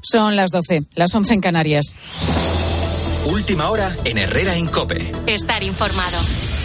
Son las 12, las 11 en Canarias. Última hora en Herrera en COPE. Estar informado.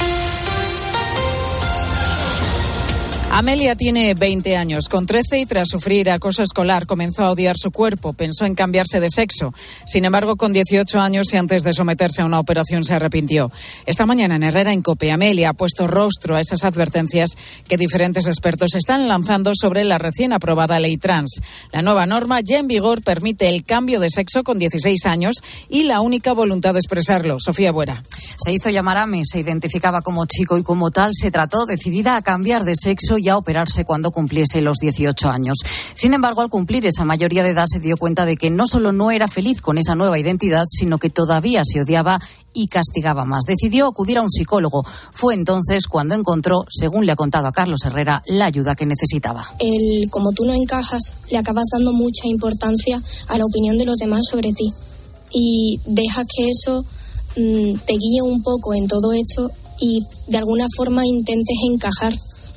Amelia tiene 20 años. Con 13 y tras sufrir acoso escolar comenzó a odiar su cuerpo. Pensó en cambiarse de sexo. Sin embargo, con 18 años y antes de someterse a una operación se arrepintió. Esta mañana en Herrera en COPE, Amelia ha puesto rostro a esas advertencias que diferentes expertos están lanzando sobre la recién aprobada ley trans. La nueva norma ya en vigor permite el cambio de sexo con 16 años y la única voluntad de expresarlo. Sofía Buera. Se hizo llamar Ame, se identificaba como chico y como tal se trató decidida a cambiar de sexo y a operarse cuando cumpliese los 18 años. Sin embargo, al cumplir esa mayoría de edad se dio cuenta de que no solo no era feliz con esa nueva identidad, sino que todavía se odiaba y castigaba más. Decidió acudir a un psicólogo. Fue entonces cuando encontró, según le ha contado a Carlos Herrera, la ayuda que necesitaba. Como tú no encajas, le acabas dando mucha importancia a la opinión de los demás sobre ti. Y dejas que eso te guíe un poco en todo esto y de alguna forma intentes encajar.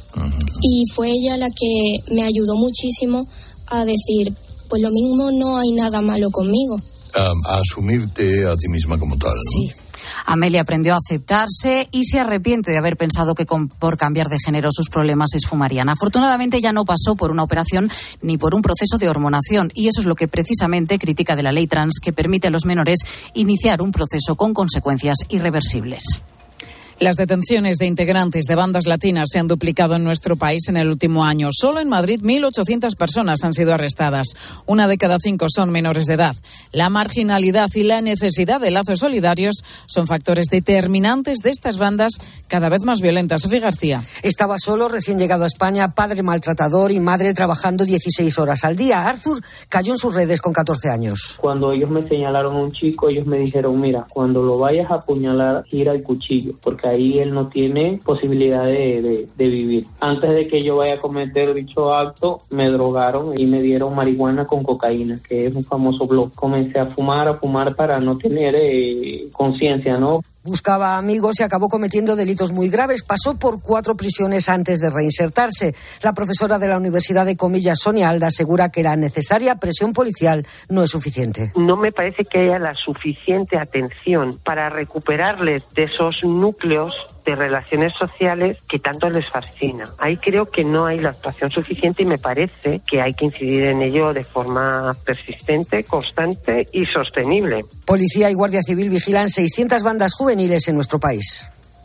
Y fue ella la que me ayudó muchísimo a decir, pues lo mismo no hay nada malo conmigo. A asumirte a ti misma como tal, ¿no? Sí. Amelia aprendió a aceptarse y se arrepiente de haber pensado que por cambiar de género sus problemas se esfumarían. Afortunadamente ya no pasó por una operación ni por un proceso de hormonación y eso es lo que precisamente critica de la ley trans que permite a los menores iniciar un proceso con consecuencias irreversibles. Las detenciones de integrantes de bandas latinas se han duplicado en nuestro país en el último año. Solo en Madrid 1.800 personas han sido arrestadas. 1 de cada 5 son menores de edad. La marginalidad y la necesidad de lazos solidarios son factores determinantes de estas bandas cada vez más violentas. Sofía García. Estaba solo, recién llegado a España, padre maltratador y madre trabajando 16 horas al día. Arthur cayó en sus redes con 14 años. Cuando ellos me señalaron a un chico, ellos me dijeron, mira, cuando lo vayas a apuñalar, gira el cuchillo, porque ahí él no tiene posibilidad de vivir. Antes de que yo vaya a cometer dicho acto, me drogaron y me dieron marihuana con cocaína, que es un famoso blog. Comencé a fumar para no tener conciencia, ¿no? Buscaba amigos y acabó cometiendo delitos muy graves. Pasó por 4 prisiones antes de reinsertarse. La profesora de la Universidad de Comillas, Sonia Alda, asegura que la necesaria presión policial no es suficiente. No me parece que haya la suficiente atención para recuperarles de esos núcleos de relaciones sociales que tanto les fascina. Ahí creo que no hay la actuación suficiente y me parece que hay que incidir en ello de forma persistente, constante y sostenible. Policía y Guardia Civil vigilan 600 bandas juveniles en nuestro país.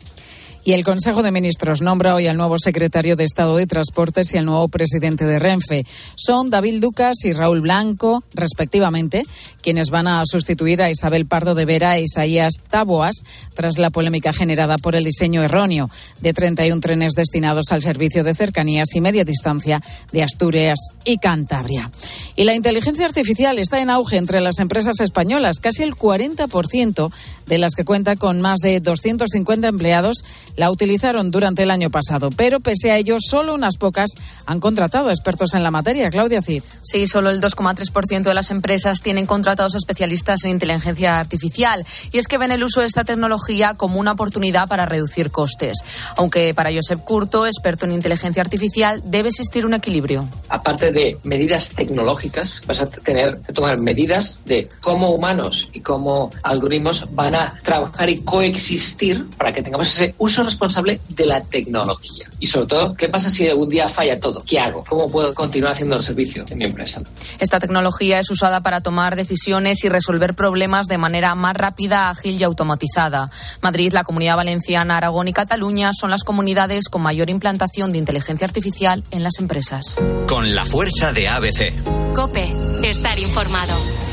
Y el Consejo de Ministros nombra hoy al nuevo secretario de Estado de Transportes y al nuevo presidente de Renfe. Son David Lucas y Raúl Blanco, respectivamente, quienes van a sustituir a Isabel Pardo de Vera e Isaías Taboas tras la polémica generada por el diseño erróneo de 31 trenes destinados al servicio de cercanías y media distancia de Asturias y Cantabria. Y la inteligencia artificial está en auge entre las empresas españolas. Casi el 40% de las que cuenta con más de 250 empleados la utilizaron durante el año pasado, pero pese a ello, solo unas pocas han contratado expertos en la materia. Claudia Cid. Sí, solo el 2,3% de las empresas tienen contratados especialistas en inteligencia artificial. Y es que ven el uso de esta tecnología como una oportunidad para reducir costes. Aunque para Josep Curto, experto en inteligencia artificial, debe existir un equilibrio. Aparte de medidas tecnológicas, vas a tener que tomar medidas de cómo humanos y cómo algoritmos van a trabajar y coexistir para que tengamos ese uso responsable de la tecnología. Y sobre todo, ¿qué pasa si algún día falla todo? ¿Qué hago? ¿Cómo puedo continuar haciendo el servicio en mi empresa? Esta tecnología es usada para tomar decisiones y resolver problemas de manera más rápida, ágil y automatizada. Madrid, la Comunidad Valenciana, Aragón y Cataluña son las comunidades con mayor implantación de inteligencia artificial en las empresas. Con la fuerza de ABC. COPE. Estar informado.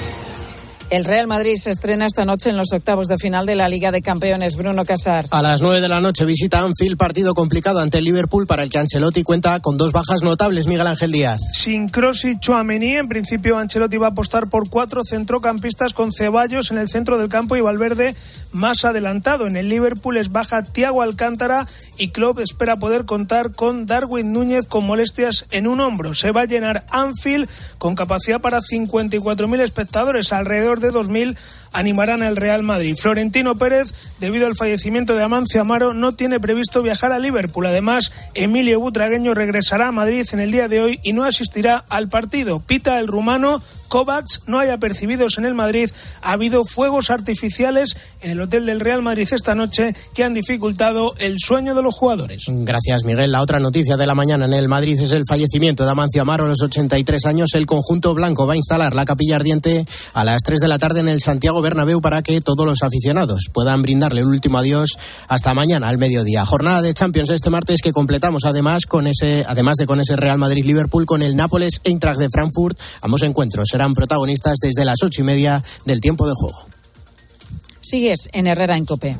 El Real Madrid se estrena esta noche en los octavos de final de la Liga de Campeones. Bruno Casar. A las 9 de la noche visita Anfield, partido complicado ante el Liverpool para el que Ancelotti cuenta con 2 bajas notables. Miguel Ángel Díaz. Sin Kroos y Tchouaméni, en principio Ancelotti va a apostar por 4 centrocampistas con Ceballos en el centro del campo y Valverde más adelantado. En el Liverpool es baja Thiago Alcántara y Klopp espera poder contar con Darwin Núñez con molestias en un hombro. Se va a llenar Anfield con capacidad para 54.000 espectadores, alrededor de 2.000 animarán al Real Madrid. Florentino Pérez, debido al fallecimiento de Amancio Amaro, no tiene previsto viajar a Liverpool. Además, Emilio Butragueño regresará a Madrid en el día de hoy y no asistirá al partido. Pita el rumano COVAX no haya percibidos en el Madrid, ha habido fuegos artificiales en el hotel del Real Madrid esta noche que han dificultado el sueño de los jugadores. Gracias, Miguel. La otra noticia de la mañana en el Madrid es el fallecimiento de Amancio Amaro a los 83 años. El conjunto blanco va a instalar la capilla ardiente a las 3 de la tarde en el Santiago Bernabéu para que todos los aficionados puedan brindarle un último adiós hasta mañana al mediodía. Jornada de Champions este martes que completamos además con ese Real Madrid-Liverpool con el Nápoles-Eintracht de Frankfurt. Ambos encuentros serán protagonistas desde las 8:30 del tiempo de juego. Sigues en Herrera en COPE.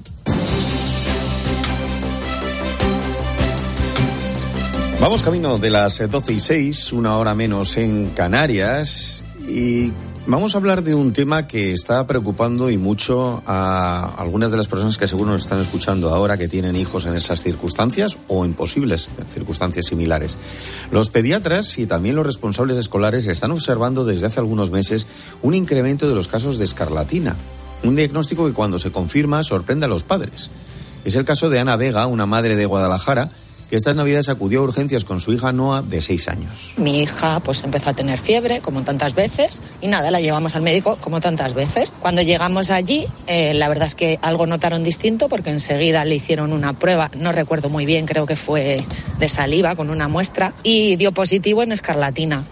Vamos camino de las 12:06, una hora menos en Canarias, y vamos a hablar de un tema que está preocupando y mucho a algunas de las personas que seguro nos están escuchando ahora, que tienen hijos en esas circunstancias o en posibles circunstancias similares. Los pediatras y también los responsables escolares están observando desde hace algunos meses un incremento de los casos de escarlatina, un diagnóstico que cuando se confirma sorprende a los padres. Es el caso de Ana Vega, una madre de Guadalajara, que estas Navidades acudió a urgencias con su hija Noa, de 6 años. Mi hija pues empezó a tener fiebre, como tantas veces, y nada, la llevamos al médico como tantas veces. Cuando llegamos allí, la verdad es que algo notaron distinto, porque enseguida le hicieron una prueba, no recuerdo muy bien, creo que fue de saliva, con una muestra, y dio positivo en escarlatina.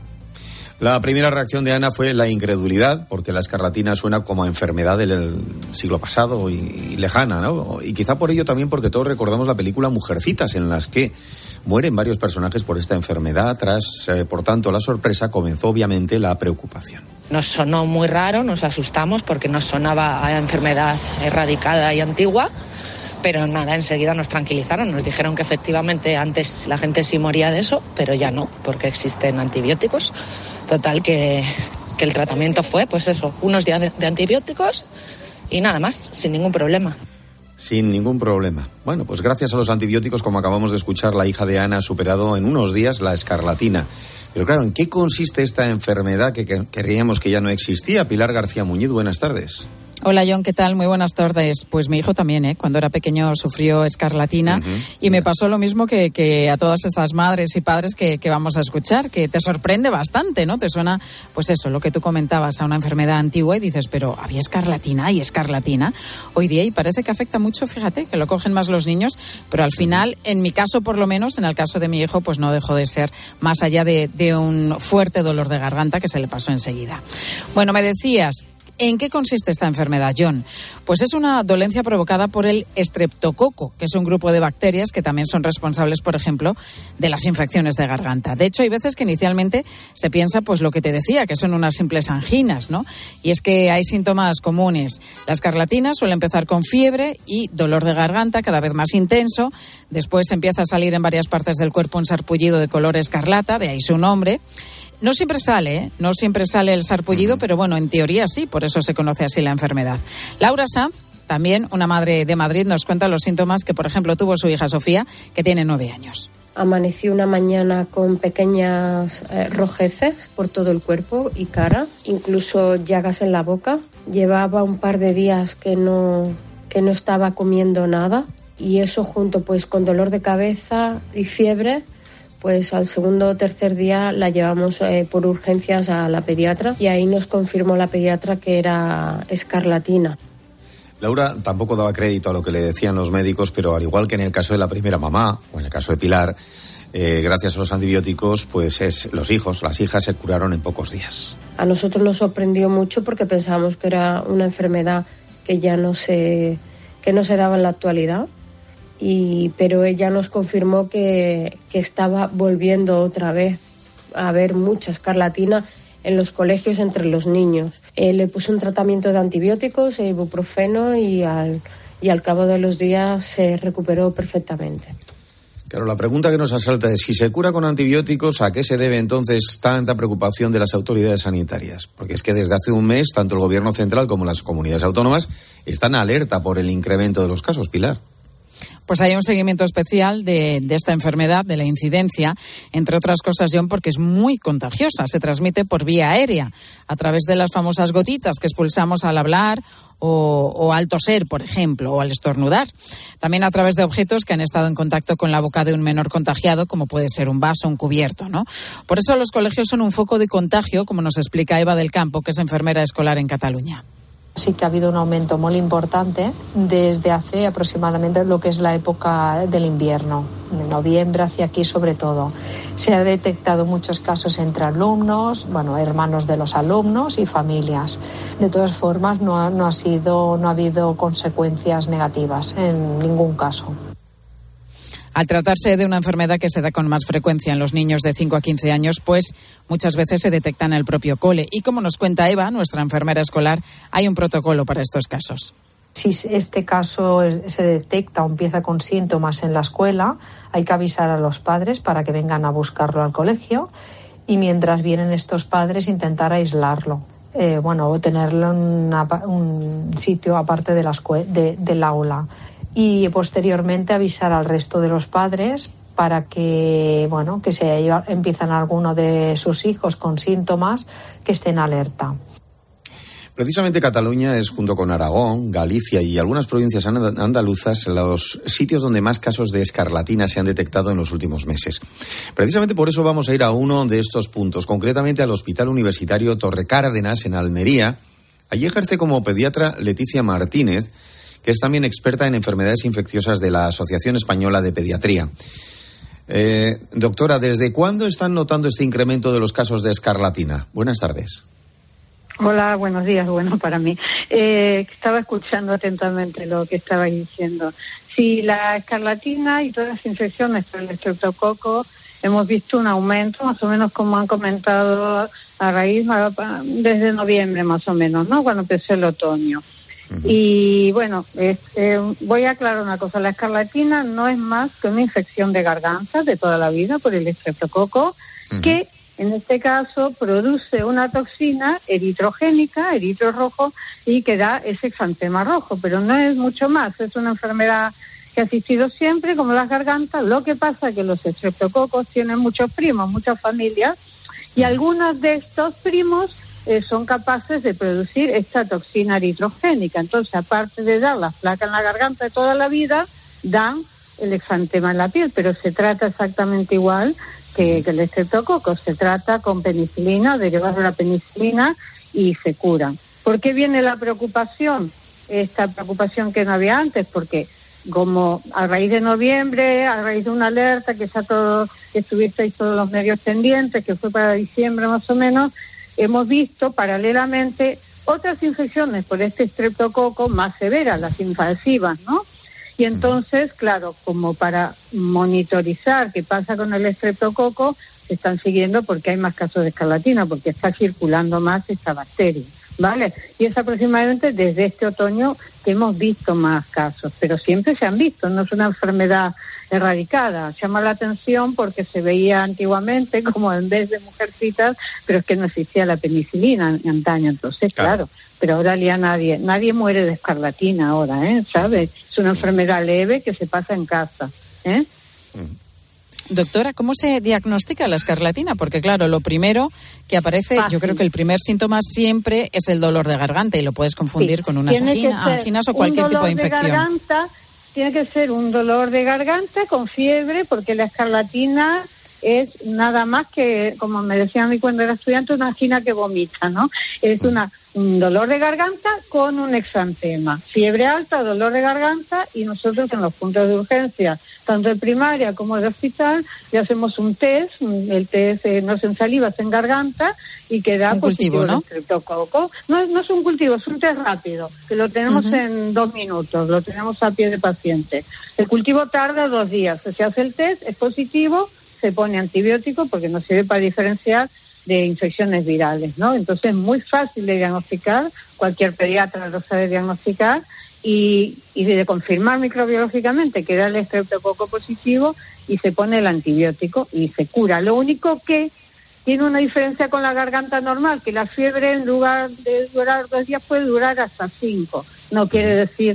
La primera reacción de Ana fue la incredulidad, porque la escarlatina suena como a enfermedad del siglo pasado y lejana, ¿no? Y quizá por ello también porque todos recordamos la película Mujercitas, en las que mueren varios personajes por esta enfermedad. Por tanto, la sorpresa, comenzó obviamente la preocupación. Nos sonó muy raro, nos asustamos porque nos sonaba a enfermedad erradicada y antigua. Pero nada, enseguida nos tranquilizaron, nos dijeron que efectivamente antes la gente sí moría de eso, pero ya no, porque existen antibióticos. Total que el tratamiento fue, pues eso, unos días de antibióticos y nada más, sin ningún problema. Sin ningún problema. Bueno, pues gracias a los antibióticos, como acabamos de escuchar, la hija de Ana ha superado en unos días la escarlatina. Pero claro, ¿en qué consiste esta enfermedad que creíamos que ya no existía? Pilar García Muñiz, buenas tardes. Hola, John, ¿qué tal? Muy buenas tardes. Pues mi hijo también, cuando era pequeño sufrió escarlatina y me pasó lo mismo que a todas estas madres y padres que vamos a escuchar, que te sorprende bastante, ¿no? Te suena, pues eso, lo que tú comentabas, a una enfermedad antigua y dices, pero ¿había escarlatina y escarlatina hoy día? Y parece que afecta mucho, fíjate, que lo cogen más los niños, pero al final, en mi caso por lo menos, en el caso de mi hijo, pues no dejó de ser más allá de un fuerte dolor de garganta que se le pasó enseguida. Bueno, me decías, ¿en qué consiste esta enfermedad, John? Pues es una dolencia provocada por el estreptococo, que es un grupo de bacterias que también son responsables, por ejemplo, de las infecciones de garganta. De hecho, hay veces que inicialmente se piensa, pues lo que te decía, que son unas simples anginas, ¿no? Y es que hay síntomas comunes. La escarlatina suele empezar con fiebre y dolor de garganta cada vez más intenso. Después empieza a salir en varias partes del cuerpo un sarpullido de color escarlata, de ahí su nombre. No siempre sale el sarpullido, pero bueno, en teoría sí, por eso se conoce así la enfermedad. Laura Sanz, también una madre de Madrid, nos cuenta los síntomas que, por ejemplo, tuvo su hija Sofía, que tiene 9 años. Amanecí una mañana con pequeñas rojeces por todo el cuerpo y cara, incluso llagas en la boca. Llevaba un par de días que no estaba comiendo nada, y eso junto pues con dolor de cabeza y fiebre. Pues al segundo o tercer día la llevamos por urgencias a la pediatra y ahí nos confirmó la pediatra que era escarlatina. Laura tampoco daba crédito a lo que le decían los médicos, pero al igual que en el caso de la primera mamá o en el caso de Pilar, gracias a los antibióticos, pues los hijos, las hijas se curaron en pocos días. A nosotros nos sorprendió mucho porque pensábamos que era una enfermedad que ya no se daba en la actualidad. Pero ella nos confirmó que estaba volviendo otra vez a haber mucha escarlatina en los colegios entre los niños. Le puso un tratamiento de antibióticos, ibuprofeno, y al cabo de los días se recuperó perfectamente. Claro, la pregunta que nos asalta es, si se cura con antibióticos, ¿a qué se debe entonces tanta preocupación de las autoridades sanitarias? Porque es que desde hace un mes, tanto el Gobierno central como las comunidades autónomas están alerta por el incremento de los casos, Pilar. Pues hay un seguimiento especial de esta enfermedad, de la incidencia, entre otras cosas, John, porque es muy contagiosa. Se transmite por vía aérea, a través de las famosas gotitas que expulsamos al hablar o al toser, por ejemplo, o al estornudar. También a través de objetos que han estado en contacto con la boca de un menor contagiado, como puede ser un vaso, un cubierto, ¿no? Por eso los colegios son un foco de contagio, como nos explica Eva del Campo, que es enfermera escolar en Cataluña. Sí que ha habido un aumento muy importante desde hace aproximadamente lo que es la época del invierno, de noviembre hacia aquí sobre todo. Se han detectado muchos casos entre alumnos, hermanos de los alumnos y familias. De todas formas, no ha habido consecuencias negativas en ningún caso. Al tratarse de una enfermedad que se da con más frecuencia en los niños de 5 a 15 años, pues muchas veces se detecta en el propio cole. Y como nos cuenta Eva, nuestra enfermera escolar, hay un protocolo para estos casos. Si este caso se detecta o empieza con síntomas en la escuela, hay que avisar a los padres para que vengan a buscarlo al colegio y mientras vienen estos padres intentar aislarlo. O tenerlo en un sitio aparte del aula. Y posteriormente avisar al resto de los padres para que, que empiezan alguno de sus hijos con síntomas, que estén alerta. Precisamente Cataluña es, junto con Aragón, Galicia y algunas provincias andaluzas, los sitios donde más casos de escarlatina se han detectado en los últimos meses. Precisamente por eso vamos a ir a uno de estos puntos, concretamente al Hospital Universitario Torre Cárdenas, en Almería. Allí ejerce como pediatra Leticia Martínez, que es también experta en enfermedades infecciosas de la Asociación Española de Pediatría. Doctora, ¿desde cuándo están notando este incremento de los casos de escarlatina? Buenas tardes. Hola, buenos días. Bueno, para mí. Estaba escuchando atentamente lo que estabais diciendo. Sí, la escarlatina y todas las infecciones por el estreptococo hemos visto un aumento, más o menos como han comentado a raíz desde noviembre más o menos, ¿no? Cuando empezó el otoño. Y voy a aclarar una cosa. La escarlatina no es más que una infección de garganta de toda la vida por el estreptococo, que en este caso produce una toxina eritrogénica, eritro rojo, y que da ese exantema rojo, pero no es mucho más. Es una enfermedad que ha existido siempre, como las gargantas. Lo que pasa es que los estreptococos tienen muchos primos, muchas familias, y algunos de estos primos son capaces de producir esta toxina eritrogénica. Entonces, aparte de dar la placa en la garganta de toda la vida, dan el exantema en la piel, pero se trata exactamente igual que el estreptococo. Se trata con penicilina, derivados de la penicilina, y se cura. ¿Por qué viene la preocupación? Esta preocupación que no había antes, porque como a raíz de noviembre, a raíz de una alerta que estuvisteis todos los medios pendientes, que fue para diciembre más o menos, hemos visto paralelamente otras infecciones por este estreptococo más severas, las invasivas, ¿no? Y entonces, claro, como para monitorizar qué pasa con el estreptococo, se están siguiendo porque hay más casos de escarlatina, porque está circulando más esta bacteria, ¿vale? Y es aproximadamente desde este otoño que hemos visto más casos, pero siempre se han visto, no es una enfermedad erradicada. Llama la atención porque se veía antiguamente como en vez de mujercitas, pero es que no existía la penicilina en antaño, entonces claro, pero ahora ya nadie muere de escarlatina ahora, ¿sabes? Es una enfermedad leve que se pasa en casa, Doctora, ¿cómo se diagnostica la escarlatina? Porque claro, lo primero que aparece, yo creo que el primer síntoma siempre es el dolor de garganta y lo puedes confundir con unas anginas o cualquier tipo de infección. Tiene que ser un dolor de garganta con fiebre, porque la escarlatina es nada más que, como me decían a mí cuando era estudiante, una angina que vomita, ¿no? Es un dolor de garganta con un exantema, fiebre alta, dolor de garganta, y nosotros en los puntos de urgencia, tanto de primaria como de hospital, le hacemos un test, el test no es en saliva, es en garganta, y que da positivo, ¿no? Estreptococo. No es un cultivo, es un test rápido, que lo tenemos en 2 minutos, lo tenemos a pie de paciente. El cultivo tarda 2 días, se hace el test, es positivo, se pone antibiótico porque nos sirve para diferenciar de infecciones virales, ¿no? Entonces es muy fácil de diagnosticar, cualquier pediatra lo sabe diagnosticar y de confirmar microbiológicamente que era el estreptococo positivo, y se pone el antibiótico y se cura. Lo único que tiene una diferencia con la garganta normal, que la fiebre en lugar de durar 2 días puede durar hasta 5. No quiere decir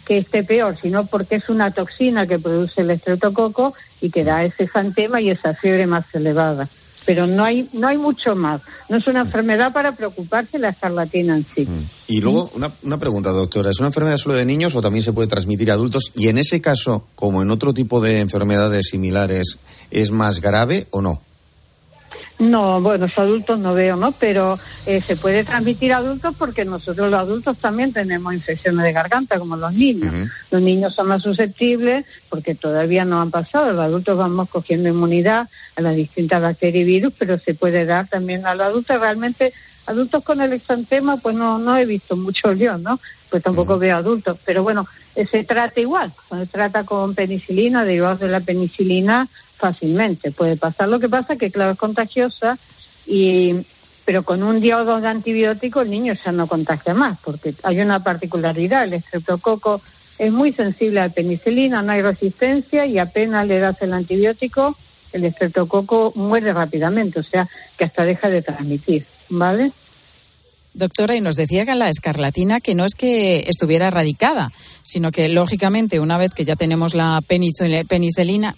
que esté peor, sino porque es una toxina que produce el estreptococo y que da ese exantema y esa fiebre más elevada. Pero no hay mucho más. No es una enfermedad para preocuparse la escarlatina en sí. Y luego, una pregunta, doctora. ¿Es una enfermedad solo de niños o también se puede transmitir a adultos? Y en ese caso, como en otro tipo de enfermedades similares, ¿es más grave o no? No, bueno, los adultos no veo, ¿no? Pero se puede transmitir a adultos porque nosotros los adultos también tenemos infecciones de garganta, como los niños. Los niños son más susceptibles porque todavía no han pasado. Los adultos vamos cogiendo inmunidad a las distintas bacterias y virus, pero se puede dar también a los adultos. Realmente, adultos con el exantema, pues no he visto mucho lío, ¿no? Pues tampoco veo adultos. Pero bueno, se trata igual. Se trata con penicilina, derivados de la penicilina, fácilmente puede pasar. Lo que pasa es que, claro, es contagiosa, pero con un día o dos de antibiótico el niño ya no contagia más, porque hay una particularidad. El estreptococo es muy sensible a la penicilina, no hay resistencia y apenas le das el antibiótico, el estreptococo muere rápidamente, o sea que hasta deja de transmitir, ¿vale? Doctora, y nos decía que la escarlatina que no es que estuviera erradicada, sino que lógicamente una vez que ya tenemos la penicilina,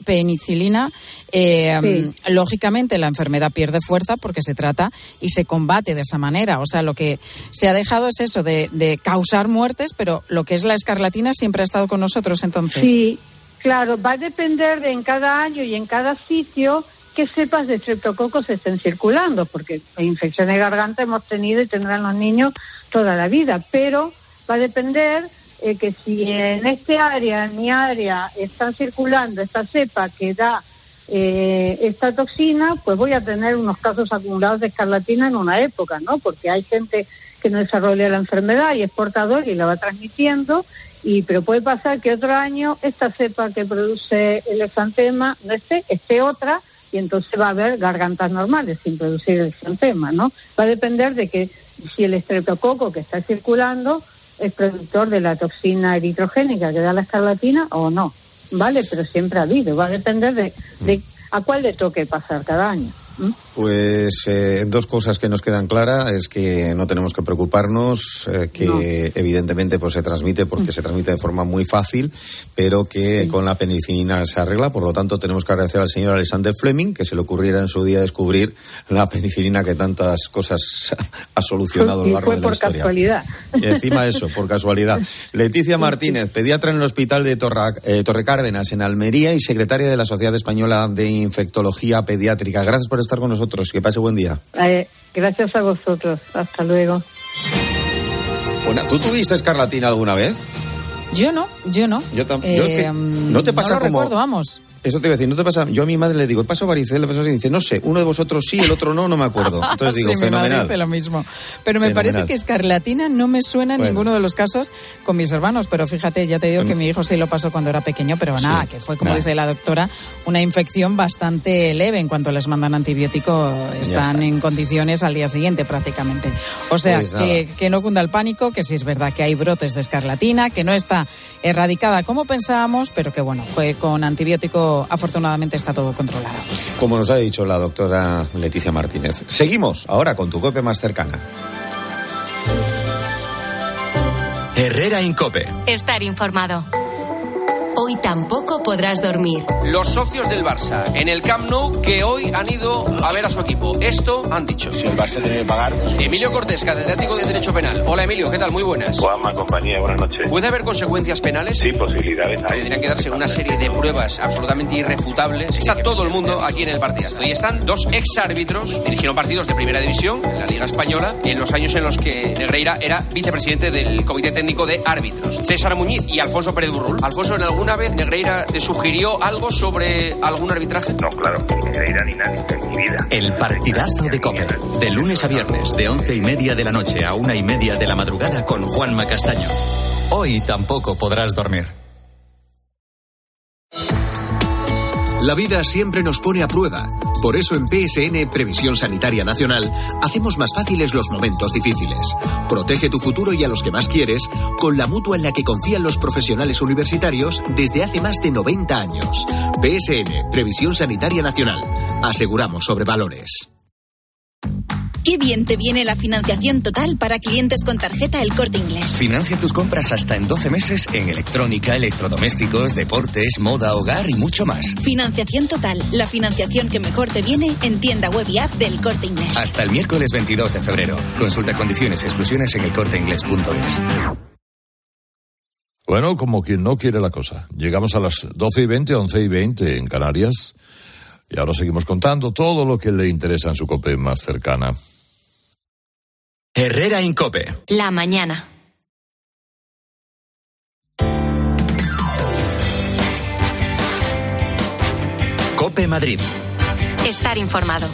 lógicamente la enfermedad pierde fuerza porque se trata y se combate de esa manera. O sea, lo que se ha dejado es eso de causar muertes, pero lo que es la escarlatina siempre ha estado con nosotros entonces. Sí, claro, va a depender de en cada año y en cada sitio qué cepas de estreptococos estén circulando, porque infecciones de garganta hemos tenido y tendrán los niños toda la vida, pero va a depender que si en en mi área, está circulando esta cepa que da esta toxina, pues voy a tener unos casos acumulados de escarlatina en una época, ¿no? Porque hay gente que no desarrolla la enfermedad y es portador y la va transmitiendo, pero puede pasar que otro año esta cepa que produce el exantema no esté otra, y entonces va a haber gargantas normales sin producir el exantema, ¿no? Va a depender de que si el estreptococo que está circulando es productor de la toxina eritrogénica que da la escarlatina o no, ¿vale? Pero siempre ha habido, va a depender de a cuál le toque pasar cada año. Pues dos cosas que nos quedan claras es que no tenemos que preocuparnos, que evidentemente pues se transmite porque se transmite de forma muy fácil, pero que con la penicilina se arregla. Por lo tanto, tenemos que agradecer al señor Alexander Fleming que se le ocurriera en su día descubrir la penicilina que tantas cosas ha solucionado a lo largo de la historia. Fue por casualidad. Y encima eso, por casualidad. Leticia Martínez, pediatra en el Hospital de Torrecárdenas, en Almería, y secretaria de la Sociedad Española de Infectología Pediátrica. Gracias por estar con nosotros. Que pase buen día. Gracias a vosotros. Hasta luego. Bueno, ¿tú tuviste escarlatina alguna vez? Yo no. ¿No te pasa no lo como... recuerdo, vamos. Eso te iba a decir, ¿no te pasa? Yo a mi madre le digo, ¿paso varicela? Y dice, no sé, uno de vosotros sí, el otro no me acuerdo. Entonces digo, sí, fenomenal. Mi madre dice lo mismo. Pero me parece que escarlatina no me suena en ninguno de los casos con mis hermanos, pero fíjate, ya te digo que mi hijo sí lo pasó cuando era pequeño, pero nada, que fue, como dice la doctora, una infección bastante leve. En cuanto les mandan antibiótico, están en condiciones al día siguiente prácticamente. O sea, pues que no cunda el pánico, que sí es verdad que hay brotes de escarlatina, que no está erradicada como pensábamos, pero que bueno, con antibiótico afortunadamente está todo controlado. Como nos ha dicho la doctora Leticia Martínez. Seguimos ahora con tu COPE más cercana. Herrera Incope. Estar informado. Hoy tampoco podrás dormir. Los socios del Barça en el Camp Nou que hoy han ido a ver a su equipo. Esto han dicho. Si el Barça debe pagar... Emilio Cortés, catedrático de Derecho Penal. Hola Emilio, ¿qué tal? Muy buenas. Juanma, compañía, buenas noches. ¿Puede haber consecuencias penales? Sí, posibilidades. Tendrían que darse una serie de pruebas absolutamente irrefutables. Está todo el mundo aquí en el partidazo. Y están dos exárbitros, dirigieron partidos de primera división en la Liga Española en los años en los que Negreira era vicepresidente del Comité Técnico de Árbitros. César Muñiz y Alfonso Pérez Burrul. Alfonso, ¿en alguna vez Negreira te sugirió algo sobre algún arbitraje? No, claro, ni Negreira ni nadie en mi vida. El partidazo de COPE, de lunes a viernes, de 11:30 de la noche a 1:30 de la madrugada con Juanma Castaño. Hoy tampoco podrás dormir. La vida siempre nos pone a prueba. Por eso en PSN, Previsión Sanitaria Nacional, hacemos más fáciles los momentos difíciles. Protege tu futuro y a los que más quieres con la mutua en la que confían los profesionales universitarios desde hace más de 90 años. PSN, Previsión Sanitaria Nacional. Aseguramos sobre valores. Qué bien te viene la financiación total para clientes con tarjeta El Corte Inglés. Financia tus compras hasta en 12 meses en electrónica, electrodomésticos, deportes, moda, hogar y mucho más. Financiación total, la financiación que mejor te viene en tienda web y app del Corte Inglés. Hasta el miércoles 22 de febrero. Consulta condiciones y exclusiones en elcorteinglés.es. Bueno, como quien no quiere la cosa. Llegamos a las 12:20, 11:20 en Canarias. Y ahora seguimos contando todo lo que le interesa en su COPE más cercana. Herrera Incope. La mañana. COPE Madrid. Estar informado.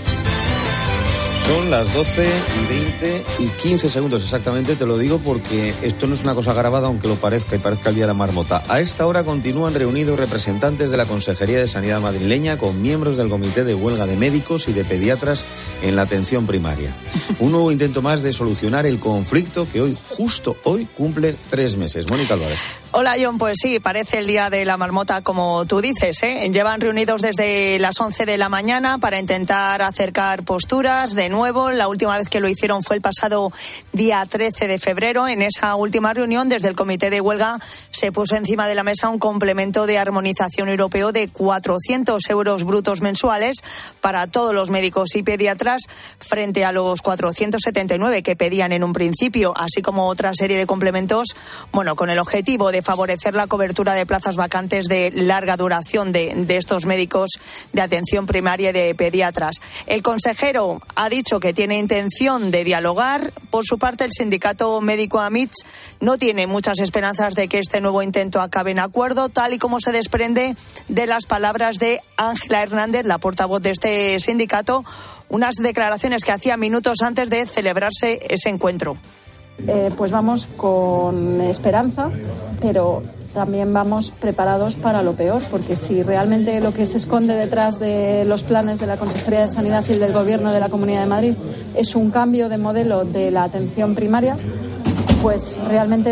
Son las 12:20 y 15 segundos exactamente, te lo digo porque esto no es una cosa grabada, aunque lo parezca y parezca el día de la marmota. A esta hora continúan reunidos representantes de la Consejería de Sanidad madrileña con miembros del Comité de Huelga de Médicos y de Pediatras en la atención primaria. Un nuevo intento más de solucionar el conflicto que hoy, justo hoy, cumple 3 meses. Mónica Álvarez. Hola, John. Pues sí, parece el día de la marmota, como tú dices, ¿eh? Llevan reunidos desde las 11 de la mañana para intentar acercar posturas. De nuevo, la última vez que lo hicieron fue el pasado día 13 de febrero. En esa última reunión, desde el Comité de Huelga, se puso encima de la mesa un complemento de armonización europeo de 400 euros brutos mensuales para todos los médicos y pediatras, frente a los 479 que pedían en un principio, así como otra serie de complementos, bueno, con el objetivo de favorecer la cobertura de plazas vacantes de larga duración de estos médicos de atención primaria y de pediatras. El consejero ha dicho que tiene intención de dialogar. Por su parte, el sindicato médico AMITS no tiene muchas esperanzas de que este nuevo intento acabe en acuerdo, tal y como se desprende de las palabras de Ángela Hernández, la portavoz de este sindicato, unas declaraciones que hacía minutos antes de celebrarse ese encuentro. Pues vamos con esperanza, pero también vamos preparados para lo peor, porque si realmente lo que se esconde detrás de los planes de la Consejería de Sanidad y del Gobierno de la Comunidad de Madrid es un cambio de modelo de la atención primaria, pues realmente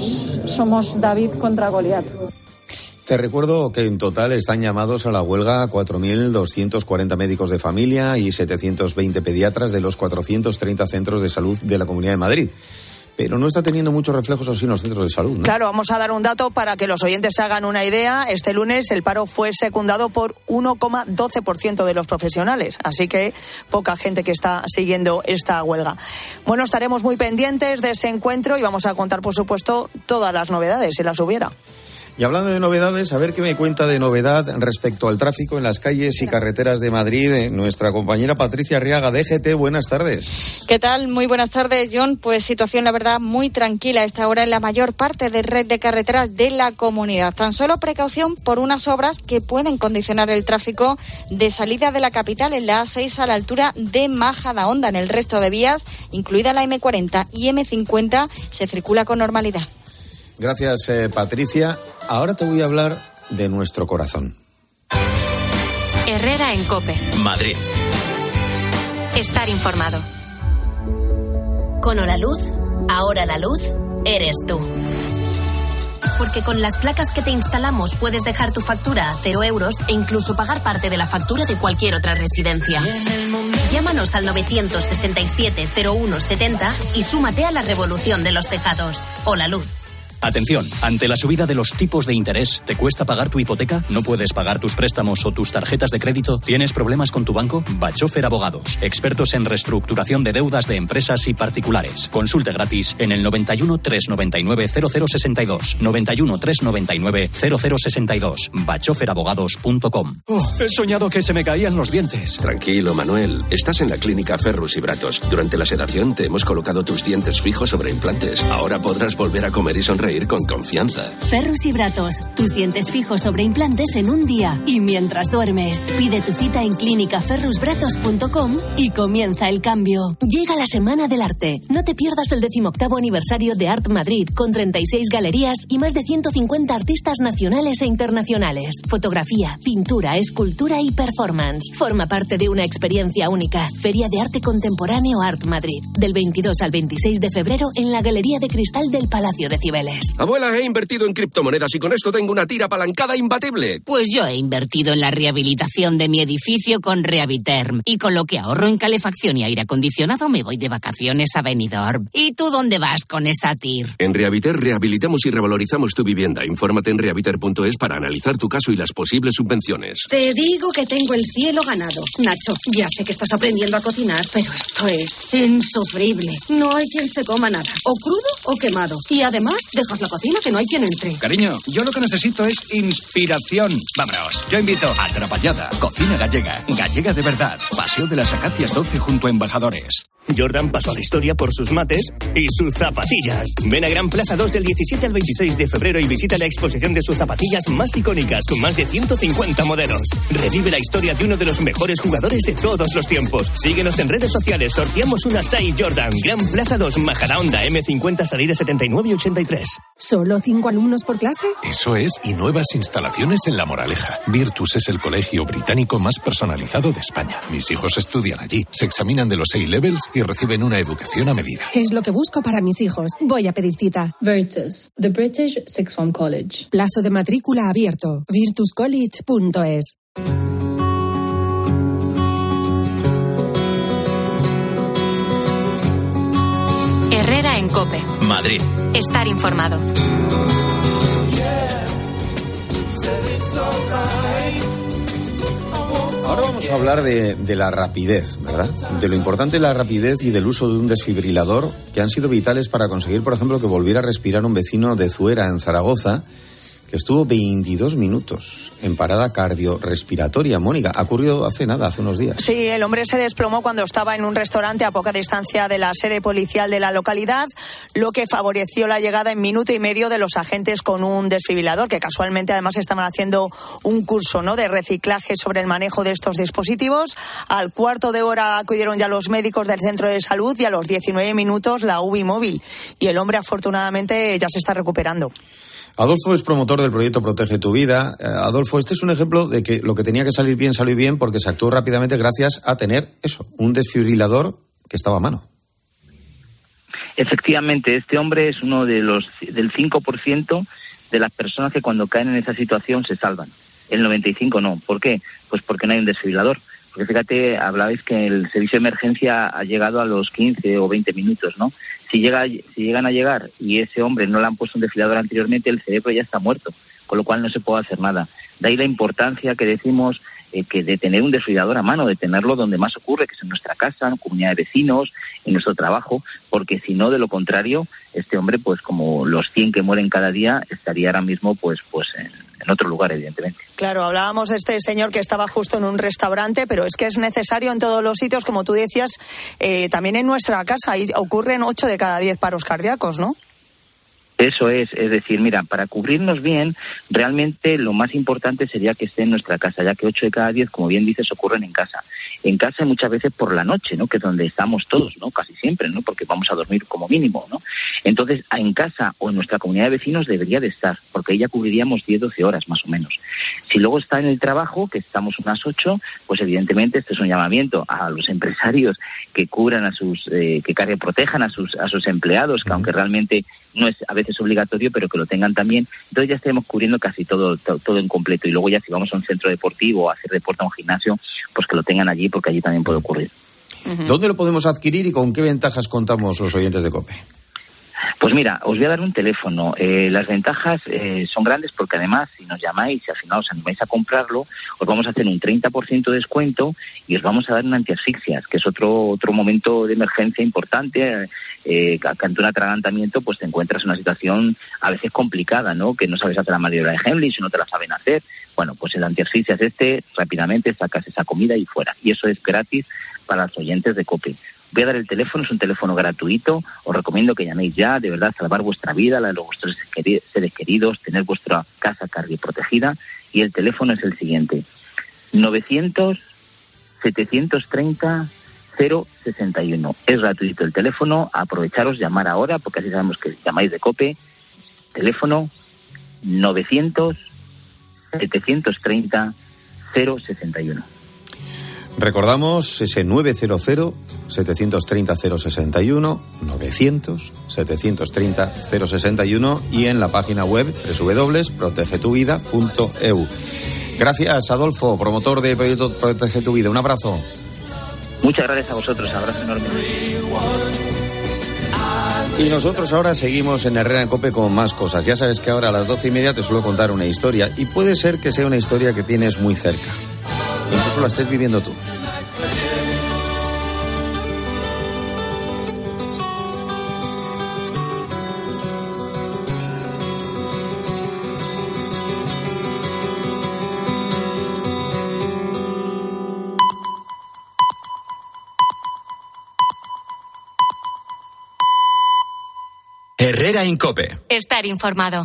somos David contra Goliat. Te recuerdo que en total están llamados a la huelga 4.240 médicos de familia y 720 pediatras de los 430 centros de salud de la Comunidad de Madrid. Pero no está teniendo muchos reflejos así en los centros de salud, ¿no? Claro, vamos a dar un dato para que los oyentes se hagan una idea. Este lunes el paro fue secundado por 1,12% de los profesionales, así que poca gente que está siguiendo esta huelga. Bueno, estaremos muy pendientes de ese encuentro y vamos a contar, por supuesto, todas las novedades, si las hubiera. Y hablando de novedades, a ver qué me cuenta de novedad respecto al tráfico en las calles y carreteras de Madrid. Nuestra compañera Patricia Arriaga, de EGT, buenas tardes. ¿Qué tal? Muy buenas tardes, John. Pues situación, la verdad, muy tranquila a esta hora en la mayor parte de red de carreteras de la comunidad. Tan solo precaución por unas obras que pueden condicionar el tráfico de salida de la capital en la A6 a la altura de Majadahonda. En el resto de vías, incluida la M40 y M50, se circula con normalidad. Gracias, Patricia. Ahora te voy a hablar de nuestro corazón. Herrera en COPE. Madrid. Estar informado. Con Holaluz, ahora la luz eres tú. Porque con las placas que te instalamos puedes dejar tu factura a 0 euros e incluso pagar parte de la factura de cualquier otra residencia. Llámanos al 917-0170 y súmate a la revolución de los tejados. Holaluz. Atención, ante la subida de los tipos de interés, ¿te cuesta pagar tu hipoteca? ¿No puedes pagar tus préstamos o tus tarjetas de crédito? ¿Tienes problemas con tu banco? Bachofer Abogados, expertos en reestructuración de deudas de empresas y particulares. Consulte gratis en el 91 399 0062. 91 399 0062. bachoferabogados.com. He soñado que se me caían los dientes. Tranquilo, Manuel. Estás en la clínica Ferrus y Bratos. Durante la sedación te hemos colocado tus dientes fijos sobre implantes. Ahora podrás volver a comer y sonreír con confianza. Ferrus y Bratos, tus dientes fijos sobre implantes en un día y mientras duermes. Pide tu cita en clínicaferrusbratos.com y comienza el cambio. Llega la Semana del Arte. No te pierdas el 18º aniversario de Art Madrid, con 36 galerías y más de 150 artistas nacionales e internacionales. Fotografía, pintura, escultura y performance. Forma parte de una experiencia única. Feria de Arte Contemporáneo Art Madrid, del 22 al 26 de febrero en la Galería de Cristal del Palacio de Cibeles. Abuela, he invertido en criptomonedas y con esto tengo una tira apalancada imbatible. Pues yo he invertido en la rehabilitación de mi edificio con Rehabiterm. Y con lo que ahorro en calefacción y aire acondicionado me voy de vacaciones a Benidorm. ¿Y tú dónde vas con esa TIR? En Rehabiter rehabilitamos y revalorizamos tu vivienda. Infórmate en rehabiter.es para analizar tu caso y las posibles subvenciones. Te digo que tengo el cielo ganado. Nacho, ya sé que estás aprendiendo a cocinar, pero esto es insufrible. No hay quien se coma nada. O crudo o quemado. Y además, dejas la cocina que no hay quien entre. Cariño, yo lo que necesito es inspiración. Vámonos, yo invito a Atrapallada, cocina gallega. Gallega de verdad. Paseo de las Acacias 12 junto a Embajadores. Jordan pasó a la historia por sus mates y sus zapatillas. Ven a Gran Plaza 2 del 17 al 26 de febrero y visita la exposición de sus zapatillas más icónicas con más de 150 modelos. Revive la historia de uno de los mejores jugadores de todos los tiempos. Síguenos en redes sociales, sorteamos una Sai Jordan. Gran Plaza 2, Majadahonda, M50, salida 79 y 83. ¿Solo 5 alumnos por clase? Eso es, y nuevas instalaciones en La Moraleja. Virtus es el colegio británico más personalizado de España. Mis hijos estudian allí, se examinan de los A-Levels y reciben una educación a medida. Es lo que busco para mis hijos. Voy a pedir cita. Virtus, the British Sixth Form College. Plazo de matrícula abierto. virtuscollege.es. Herrera en COPE. Madrid. Estar informado. Ahora vamos a hablar de la rapidez, ¿verdad? De lo importante de la rapidez y del uso de un desfibrilador que han sido vitales para conseguir, por ejemplo, que volviera a respirar un vecino de Zuera, en Zaragoza, que estuvo 22 minutos en parada cardiorrespiratoria. Mónica, ha ocurrido hace unos días. Sí, el hombre se desplomó cuando estaba en un restaurante a poca distancia de la sede policial de la localidad, lo que favoreció la llegada en minuto y medio de los agentes con un desfibrilador, que casualmente además estaban haciendo un curso, ¿no?, de reciclaje sobre el manejo de estos dispositivos. Al cuarto de hora acudieron ya los médicos del centro de salud y a los 19 minutos la UBI móvil. Y el hombre afortunadamente ya se está recuperando. Adolfo es promotor del proyecto Protege tu Vida. Adolfo, este es un ejemplo de que lo que tenía que salir bien salió bien porque se actuó rápidamente gracias a tener un desfibrilador que estaba a mano. Efectivamente, este hombre es uno del 5% de las personas que cuando caen en esa situación se salvan. El 95% no. ¿Por qué? Pues porque no hay un desfibrilador. Porque fíjate, hablabais que el servicio de emergencia ha llegado a los 15 o 20 minutos, ¿no? Si llegan a llegar y ese hombre no le han puesto un desfibrilador anteriormente, el cerebro ya está muerto, con lo cual no se puede hacer nada. De ahí la importancia que decimos que de tener un desfibrilador a mano, de tenerlo donde más ocurre, que es en nuestra casa, en comunidad de vecinos, en nuestro trabajo, porque si no, de lo contrario, este hombre, pues como los 100 que mueren cada día, estaría ahora mismo pues en otro lugar, evidentemente. Claro, hablábamos de este señor que estaba justo en un restaurante, pero es que es necesario en todos los sitios, como tú decías, también en nuestra casa. Ahí ocurren 8 de cada 10 paros cardíacos, ¿no? Eso es decir, mira, para cubrirnos bien, realmente lo más importante sería que esté en nuestra casa, ya que 8 de cada 10, como bien dices, ocurren en casa. En casa muchas veces por la noche, ¿no?, que es donde estamos todos, ¿no?, casi siempre, ¿no?, porque vamos a dormir como mínimo, ¿no? Entonces, en casa o en nuestra comunidad de vecinos debería de estar, porque ahí ya cubriríamos 10-12 horas más o menos. Si luego está en el trabajo, que estamos unas 8, pues evidentemente este es un llamamiento a los empresarios que cubran que protejan a sus empleados, que aunque realmente no es a veces obligatorio, pero que lo tengan también. Entonces ya estaremos cubriendo casi todo en completo. Y luego ya si vamos a un centro deportivo o a hacer deporte a un gimnasio, pues que lo tengan allí, porque allí también puede ocurrir. ¿Dónde lo podemos adquirir y con qué ventajas contamos los oyentes de COPE? Pues mira, os voy a dar un teléfono. Las ventajas son grandes porque además, si nos llamáis y al final os animáis a comprarlo, os vamos a hacer un 30% de descuento y os vamos a dar una antiasfixias, que es otro momento de emergencia importante. Ante un atragantamiento, pues te encuentras en una situación a veces complicada, ¿no? Que no sabes hacer la maniobra de Heimlich, no te la saben hacer. Bueno, pues el antiasfixias rápidamente sacas esa comida y fuera. Y eso es gratis para los oyentes de COPE. Voy a dar el teléfono, es un teléfono gratuito. Os recomiendo que llaméis ya, de verdad, salvar vuestra vida, la de vuestros seres queridos, tener vuestra casa cardioprotegida. Y el teléfono es el siguiente: 900-730-061. Es gratuito el teléfono, aprovecharos, llamar ahora, porque así sabemos que llamáis de COPE. Teléfono 900-730-061. Recordamos ese 900 900-730-061, 900-730-061 y en la página web www.protegetuvida.eu. Gracias, Adolfo, promotor de Proyecto Protege tu Vida. Un abrazo. Muchas gracias a vosotros, abrazo enorme. Y nosotros ahora seguimos en Herrera en COPE con más cosas. Ya sabes que ahora a las 12:30 te suelo contar una historia y puede ser que sea una historia que tienes muy cerca. Incluso la estés viviendo tú. Herrera en COPE. Estar informado.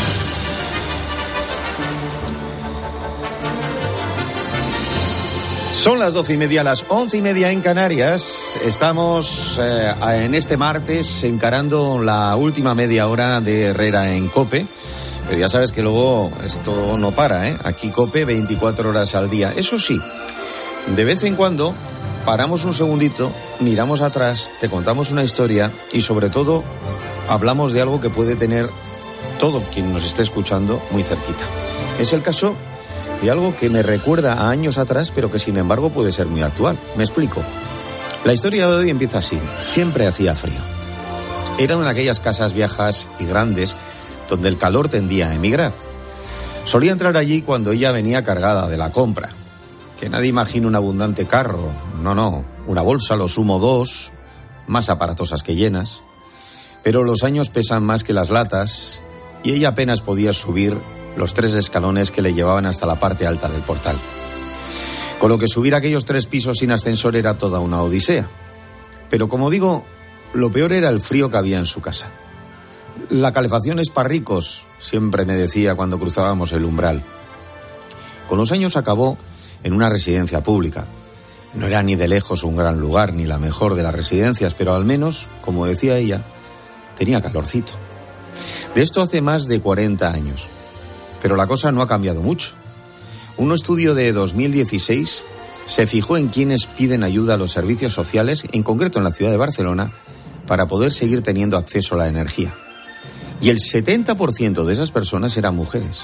Son las 12:30, las 11:30 en Canarias. Estamos en este martes encarando la última media hora de Herrera en COPE. Pero ya sabes que luego esto no para, ¿eh? Aquí COPE 24 horas al día. Eso sí, de vez en cuando paramos un segundito, miramos atrás, te contamos una historia y sobre todo hablamos de algo que puede tener todo quien nos esté escuchando muy cerquita. Es el caso de algo que me recuerda a años atrás, pero que sin embargo puede ser muy actual. Me explico. La historia de hoy empieza así. Siempre hacía frío. Era una de aquellas casas viejas y grandes donde el calor tendía a emigrar. Solía entrar allí cuando ella venía cargada de la compra. Que nadie imagine un abundante carro. No. Una bolsa, lo sumo 2, más aparatosas que llenas. Pero los años pesan más que las latas y ella apenas podía subir los 3 escalones que le llevaban hasta la parte alta del portal. Con lo que subir aquellos 3 pisos sin ascensor era toda una odisea. Pero como digo, lo peor era el frío que había en su casa. La calefacción es para ricos, siempre me decía cuando cruzábamos el umbral. Con los años acabó en una residencia pública. No era ni de lejos un gran lugar, ni la mejor de las residencias, pero al menos, como decía ella, tenía calorcito. De esto hace más de 40 años. Pero la cosa no ha cambiado mucho. Un estudio de 2016 se fijó en quienes piden ayuda a los servicios sociales, en concreto en la ciudad de Barcelona, para poder seguir teniendo acceso a la energía. Y el 70% de esas personas eran mujeres.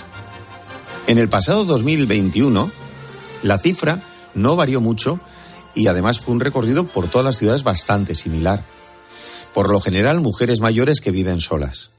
En el pasado 2021, la cifra no varió mucho y además fue un recorrido por todas las ciudades bastante similar. Por lo general, mujeres mayores que viven solas.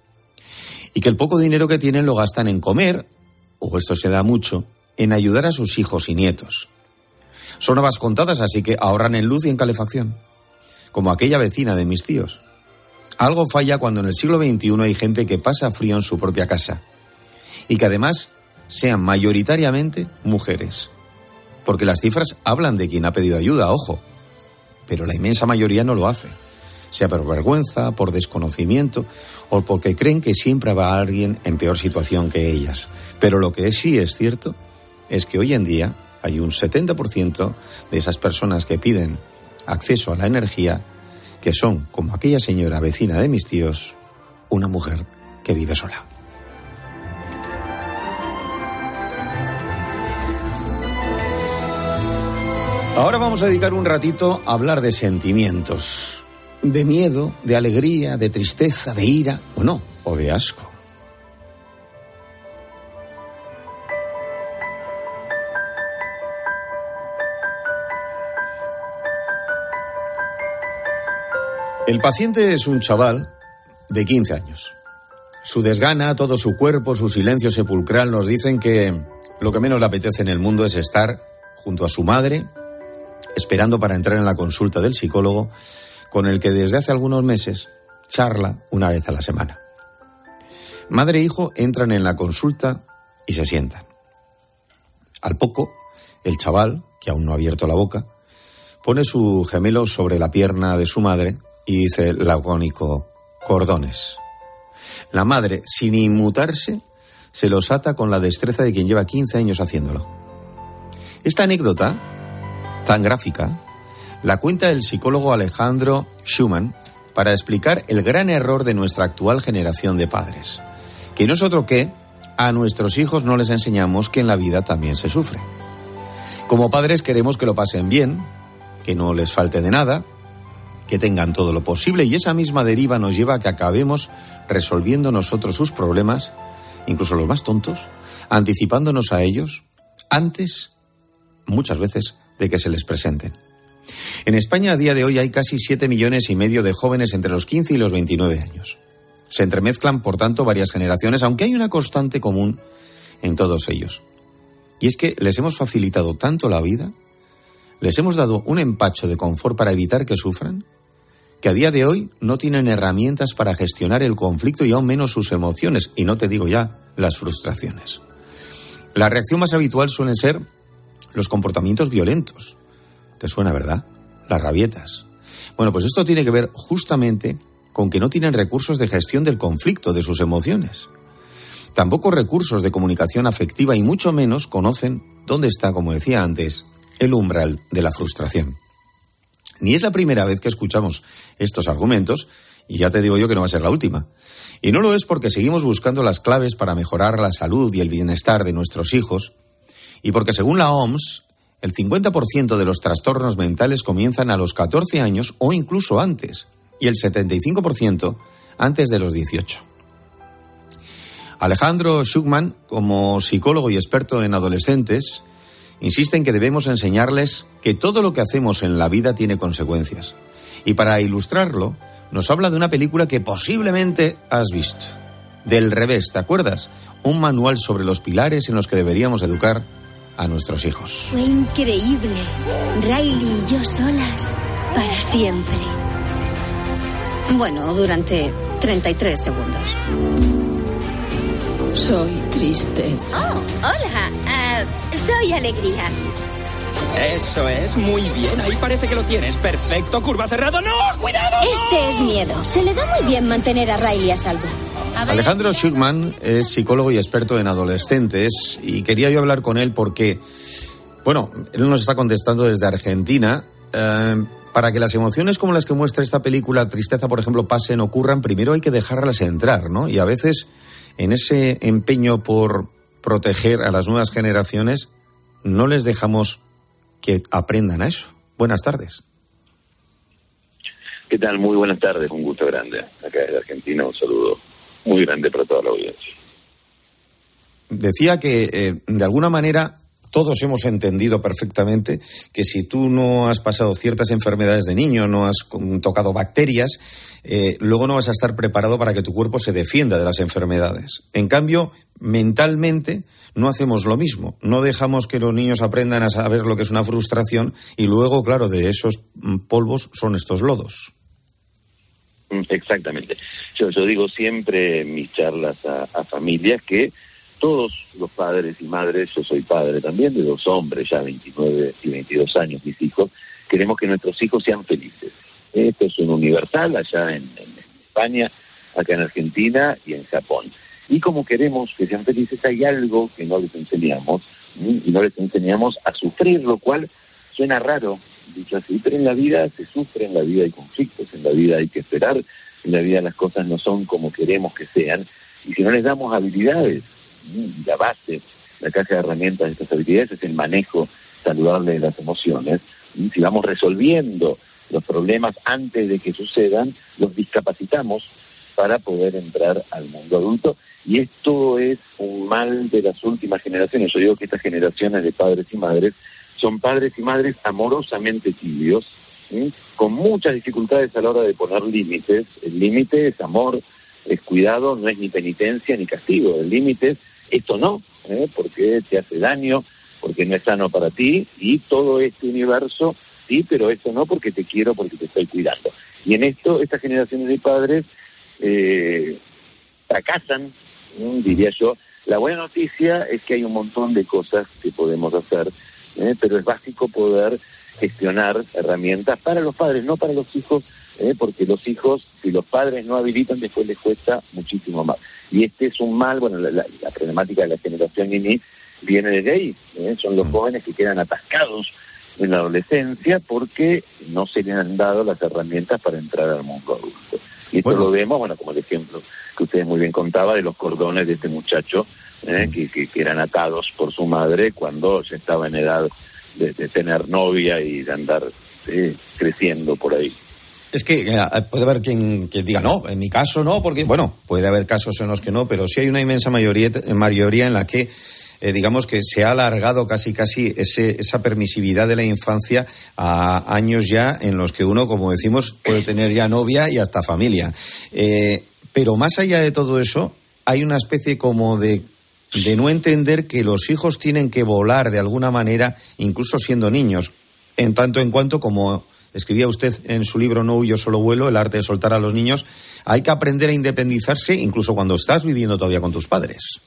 Y que el poco dinero que tienen lo gastan en comer, o esto se da mucho, en ayudar a sus hijos y nietos. Son habas contadas, así que ahorran en luz y en calefacción. Como aquella vecina de mis tíos. Algo falla cuando en el siglo XXI hay gente que pasa frío en su propia casa. Y que además sean mayoritariamente mujeres. Porque las cifras hablan de quien ha pedido ayuda, ojo. Pero la inmensa mayoría no lo hace. Sea por vergüenza, por desconocimiento o porque creen que siempre habrá alguien en peor situación que ellas. Pero lo que sí es cierto es que hoy en día hay un 70% de esas personas que piden acceso a la energía que son, como aquella señora vecina de mis tíos, una mujer que vive sola. Ahora vamos a dedicar un ratito a hablar de sentimientos. De miedo, de alegría, de tristeza, de ira, o no, o de asco. El paciente es un chaval de 15 años. Su desgana, todo su cuerpo, su silencio sepulcral nos dicen que lo que menos le apetece en el mundo es estar junto a su madre, esperando para entrar en la consulta del psicólogo, con el que desde hace algunos meses charla una vez a la semana. Madre e hijo entran en la consulta y se sientan. Al poco, el chaval, que aún no ha abierto la boca, pone su gemelo sobre la pierna de su madre y dice lacónico: cordones. La madre, sin inmutarse, se los ata con la destreza de quien lleva 15 años haciéndolo. Esta anécdota, tan gráfica, la cuenta el psicólogo Alejandro Schumann para explicar el gran error de nuestra actual generación de padres, que no es otro que a nuestros hijos no les enseñamos que en la vida también se sufre. Como padres queremos que lo pasen bien, que no les falte de nada, que tengan todo lo posible, y esa misma deriva nos lleva a que acabemos resolviendo nosotros sus problemas, incluso los más tontos, anticipándonos a ellos antes, muchas veces, de que se les presenten. En España a día de hoy hay casi 7,5 millones de jóvenes entre los 15 y los 29 años. Se entremezclan, por tanto, varias generaciones, aunque hay una constante común en todos ellos. Y es que les hemos facilitado tanto la vida, les hemos dado un empacho de confort para evitar que sufran, que a día de hoy no tienen herramientas para gestionar el conflicto y aún menos sus emociones, y no te digo ya las frustraciones. La reacción más habitual suelen ser los comportamientos violentos. ¿Te suena, verdad? Las rabietas. Bueno, pues esto tiene que ver justamente con que no tienen recursos de gestión del conflicto, de sus emociones. Tampoco recursos de comunicación afectiva y mucho menos conocen dónde está, como decía antes, el umbral de la frustración. Ni es la primera vez que escuchamos estos argumentos, y ya te digo yo que no va a ser la última. Y no lo es porque seguimos buscando las claves para mejorar la salud y el bienestar de nuestros hijos, y porque según la OMS, el 50% de los trastornos mentales comienzan a los 14 años o incluso antes, y el 75% antes de los 18. Alejandro Schuckmann, como psicólogo y experto en adolescentes, insiste en que debemos enseñarles que todo lo que hacemos en la vida tiene consecuencias. Y para ilustrarlo, nos habla de una película que posiblemente has visto. Del revés, ¿te acuerdas? Un manual sobre los pilares en los que deberíamos educar a nuestros hijos. Fue increíble. Riley y yo solas para siempre. Bueno, durante 33 segundos. Soy tristeza. Oh, hola. Soy alegría. Eso es, muy bien. Ahí parece que lo tienes. Perfecto. Curva cerrada. ¡No! ¡Cuidado! Este es miedo. Se le da muy bien mantener a Riley a salvo. Alejandro Schuckmann es psicólogo y experto en adolescentes, y quería yo hablar con él porque, bueno, él nos está contestando desde Argentina. Para que las emociones como las que muestra esta película, tristeza, por ejemplo, pasen, ocurran, primero hay que dejarlas entrar, ¿no? Y a veces, en ese empeño por proteger a las nuevas generaciones, no les dejamos que aprendan a eso. Buenas tardes. ¿Qué tal? Muy buenas tardes, un gusto grande. Acá desde Argentina, un saludo muy grande para toda la audiencia. Decía que, de alguna manera, todos hemos entendido perfectamente que si tú no has pasado ciertas enfermedades de niño, no has tocado bacterias, luego no vas a estar preparado para que tu cuerpo se defienda de las enfermedades. En cambio, mentalmente no hacemos lo mismo. No dejamos que los niños aprendan a saber lo que es una frustración y luego, claro, de esos polvos son estos lodos. Exactamente. Yo digo siempre en mis charlas a familias que todos los padres y madres, yo soy padre también de 2 hombres, ya 29 y 22 años, mis hijos, queremos que nuestros hijos sean felices. Esto es un universal allá en España, acá en Argentina y en Japón. Y como queremos que sean felices, hay algo que no les enseñamos, y no les enseñamos a sufrir, lo cual suena raro, dicho así, pero en la vida se sufre, en la vida hay conflictos, en la vida hay que esperar, en la vida las cosas no son como queremos que sean, y si no les damos habilidades, la base, la caja de herramientas de estas habilidades es el manejo saludable de las emociones. Si vamos resolviendo los problemas antes de que sucedan, los discapacitamos para poder entrar al mundo adulto. Y esto es un mal de las últimas generaciones. Yo digo que estas generaciones de padres y madres son padres y madres amorosamente tibios, con muchas dificultades a la hora de poner límites. El límite es amor, es cuidado, no es ni penitencia ni castigo. El límite es esto no, porque te hace daño, porque no es sano para ti, y todo este universo, sí, pero esto no porque te quiero, porque te estoy cuidando. Y en esto, estas generaciones de padres fracasan, diría yo. La buena noticia es que hay un montón de cosas que podemos hacer, pero es básico poder gestionar herramientas para los padres, no para los hijos, porque los hijos, si los padres no habilitan, después les cuesta muchísimo más. Y este es un mal, bueno, la problemática de la generación Nini viene desde ahí, son los jóvenes que quedan atascados en la adolescencia porque no se les han dado las herramientas para entrar al mundo adulto. Y esto lo vemos, bueno, como el ejemplo que ustedes muy bien contaba de los cordones de este muchacho, que eran atados por su madre cuando ya estaba en edad de tener novia y de andar creciendo por ahí. Es que puede haber quien diga, no, en mi caso no, porque, bueno, puede haber casos en los que no, pero sí hay una inmensa mayoría en la que, digamos que se ha alargado casi esa permisividad de la infancia a años ya en los que uno, como decimos, puede tener ya novia y hasta familia. Pero más allá de todo eso, hay una especie como de no entender que los hijos tienen que volar de alguna manera, incluso siendo niños, en tanto en cuanto, como escribía usted en su libro No huyo, solo vuelo, el arte de soltar a los niños, hay que aprender a independizarse incluso cuando estás viviendo todavía con tus padres.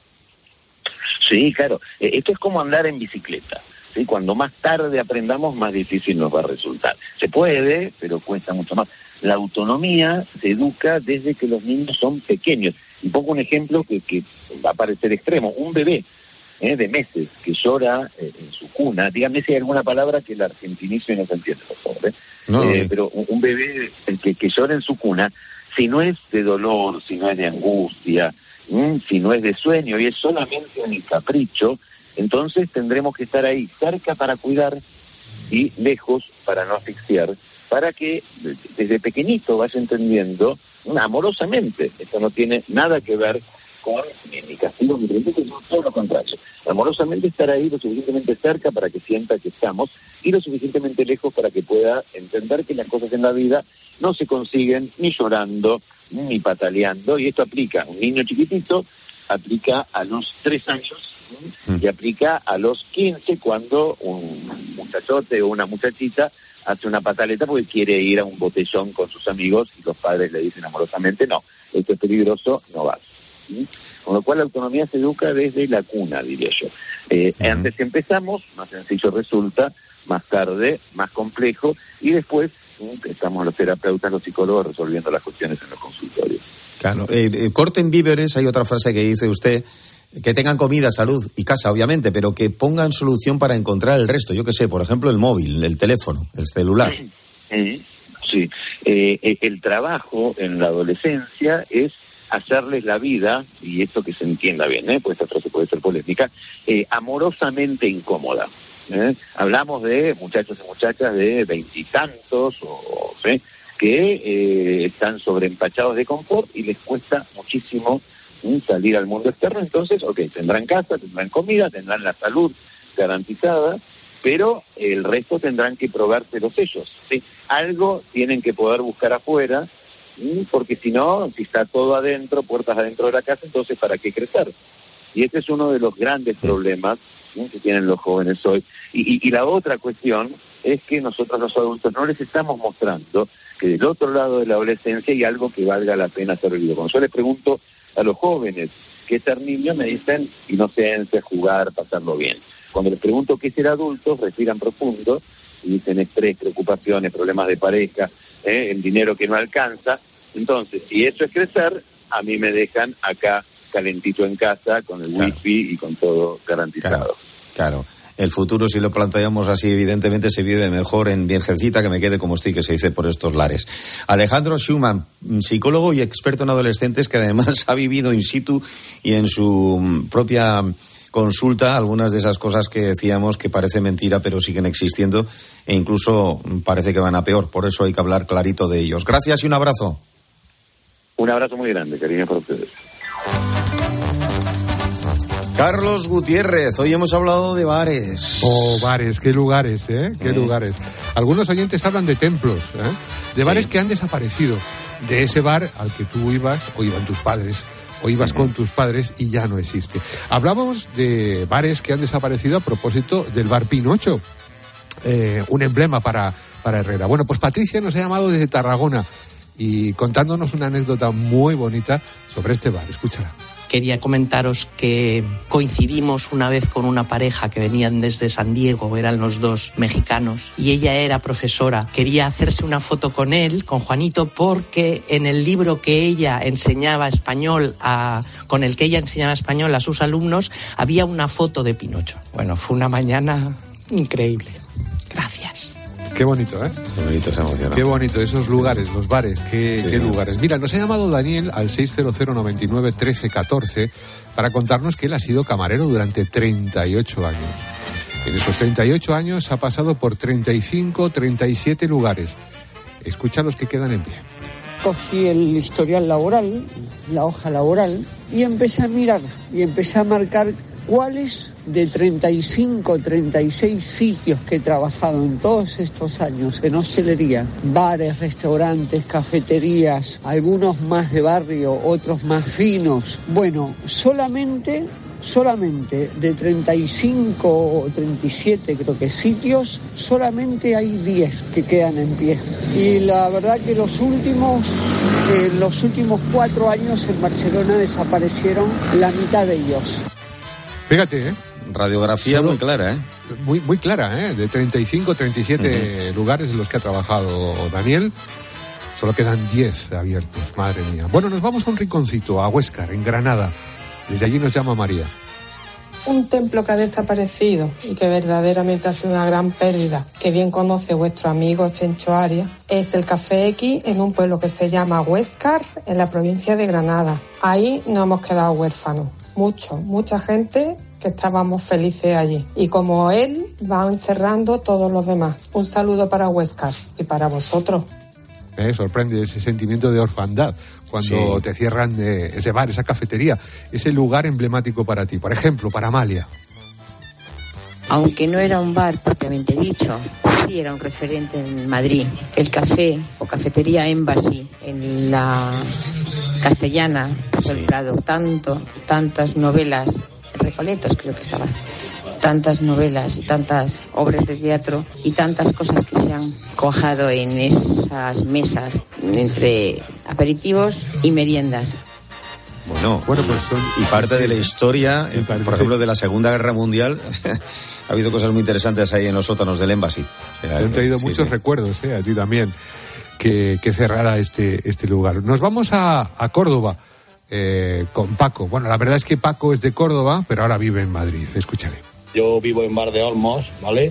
Sí, claro. Esto es como andar en bicicleta. ¿Sí? Cuando más tarde aprendamos, más difícil nos va a resultar. Se puede, pero cuesta mucho más. La autonomía se educa desde que los niños son pequeños. Y pongo un ejemplo que va a parecer extremo. Un bebé de meses que llora en su cuna, díganme si hay alguna palabra que la argentinice y no se entiende, por favor. No. Pero un bebé que llora en su cuna, si no es de dolor, si no es de angustia, si no es de sueño y es solamente un capricho, entonces tendremos que estar ahí cerca para cuidar y lejos para no asfixiar, para que desde pequeñito vaya entendiendo amorosamente. Esto no tiene nada que ver con ni castigo ni respeto, sino todo lo contrario. Amorosamente estar ahí lo suficientemente cerca para que sienta que estamos y lo suficientemente lejos para que pueda entender que las cosas en la vida no se consiguen ni llorando ni pataleando, y esto aplica a un niño chiquitito, aplica a los 3 años y aplica a los 15 cuando un muchachote o una muchachita hace una pataleta porque quiere ir a un botellón con sus amigos y los padres le dicen amorosamente, no, esto es peligroso, no vas. Con lo cual la autonomía se educa desde la cuna, diría yo. Antes que empezamos, más sencillo resulta, más tarde, más complejo, y después estamos los terapeutas, los psicólogos resolviendo las cuestiones en los consultorios. Claro. Corten víveres, hay otra frase que dice usted, que tengan comida, salud y casa, obviamente, pero que pongan solución para encontrar el resto. Yo qué sé, por ejemplo, el móvil, el teléfono, el celular. Sí. El trabajo en la adolescencia es hacerles la vida, y esto que se entienda bien, pues esta frase puede ser polémica, amorosamente incómoda. Hablamos de muchachos y muchachas de 20 y tantos, que están sobreempachados de confort y les cuesta muchísimo salir al mundo externo. Entonces, tendrán casa, tendrán comida, tendrán la salud garantizada, pero el resto tendrán que probárselos ellos. ¿Sí? Algo tienen que poder buscar afuera, porque si no, si está todo adentro, puertas adentro de la casa, entonces ¿para qué crecer? Y este es uno de los grandes problemas que tienen los jóvenes hoy. Y la otra cuestión es que nosotros los adultos no les estamos mostrando que del otro lado de la adolescencia hay algo que valga la pena ser vivido. Cuando yo les pregunto a los jóvenes qué es ser niño, me dicen inocencia, jugar, pasarlo bien. Cuando les pregunto qué es ser adulto, respiran profundo y dicen estrés, preocupaciones, problemas de pareja, el dinero que no alcanza. Entonces, si eso es crecer, a mí me dejan acá calentito en casa, con el wifi y con todo garantizado. Claro. El futuro, si lo planteamos así, evidentemente se vive mejor en Virgencita, que me quede como estoy, que se dice por estos lares. Alejandro Schumann, psicólogo y experto en adolescentes, que además ha vivido in situ y en su propia consulta algunas de esas cosas que decíamos que parece mentira, pero siguen existiendo e incluso parece que van a peor. Por eso hay que hablar clarito de ellos. Gracias y un abrazo. Un abrazo muy grande, cariño, para ustedes. Carlos Gutiérrez, hoy hemos hablado de bares. Oh, bares, qué lugares, qué lugares. Algunos oyentes hablan de templos, de bares que han desaparecido. De ese bar al que tú ibas, o iban tus padres, o ibas con tus padres y ya no existe. Hablamos de bares que han desaparecido a propósito del bar Pinocho, un emblema para Herrera. Bueno, pues Patricia nos ha llamado desde Tarragona y contándonos una anécdota muy bonita sobre este bar. Escúchala. Quería comentaros que coincidimos una vez con una pareja que venían desde San Diego, eran los dos mexicanos, y ella era profesora. Quería hacerse una foto con él, con Juanito, porque en el libro que ella enseñaba español con el que ella enseñaba español a sus alumnos, había una foto de Pinocho. Bueno, fue una mañana increíble. Gracias. Qué bonito, ¿eh? Qué bonito, es emocionante. Qué bonito, esos lugares, los bares, qué lugares. Mira, nos ha llamado Daniel al 600-99-13-14 para contarnos que él ha sido camarero durante 38 años. En esos 38 años ha pasado por 35, 37 lugares. Escucha los que quedan en pie. Cogí el historial laboral, la hoja laboral, y empecé a mirar y empecé a marcar cuáles de 35, 36 sitios que he trabajado en todos estos años en hostelería, bares, restaurantes, cafeterías, algunos más de barrio, otros más finos. Bueno, solamente de 35 o 37 creo que sitios, solamente hay 10 que quedan en pie. Y la verdad que los últimos 4 años en Barcelona desaparecieron la mitad de ellos. Fíjate, Radiografía solo, muy clara, Muy clara, de 35, 37 lugares en los que ha trabajado Daniel. Solo quedan 10 abiertos, madre mía. Bueno, nos vamos a un rinconcito, a Huéscar, en Granada. Desde allí nos llama María. Un templo que ha desaparecido y que verdaderamente ha sido una gran pérdida, que bien conoce vuestro amigo Chencho Arias, es el Café X en un pueblo que se llama Huéscar, en la provincia de Granada. Ahí nos hemos quedado huérfanos. Mucha gente que estábamos felices allí. Y como él, van cerrando todos los demás. Un saludo para Huéscar y para vosotros. Sorprende ese sentimiento de orfandad cuando te cierran ese bar, esa cafetería, ese lugar emblemático para ti. Por ejemplo, para Amalia. Aunque no era un bar propiamente dicho, sí era un referente en Madrid. El café o cafetería Embassy en la Castellana, el Prado, tantas novelas, Recoletos creo que estaba, tantas novelas y tantas obras de teatro y tantas cosas que se han cuajado en esas mesas entre aperitivos y meriendas. Bueno, pues y parte de la historia, por ejemplo, de la Segunda Guerra Mundial, ha habido cosas muy interesantes ahí en los sótanos del Embassy. Te han traído muchos recuerdos, a ti también, que cerrara este lugar. Nos vamos a Córdoba con Paco. Bueno, la verdad es que Paco es de Córdoba, pero ahora vive en Madrid. Escúchale. Yo vivo en Bar de Olmos, ¿vale?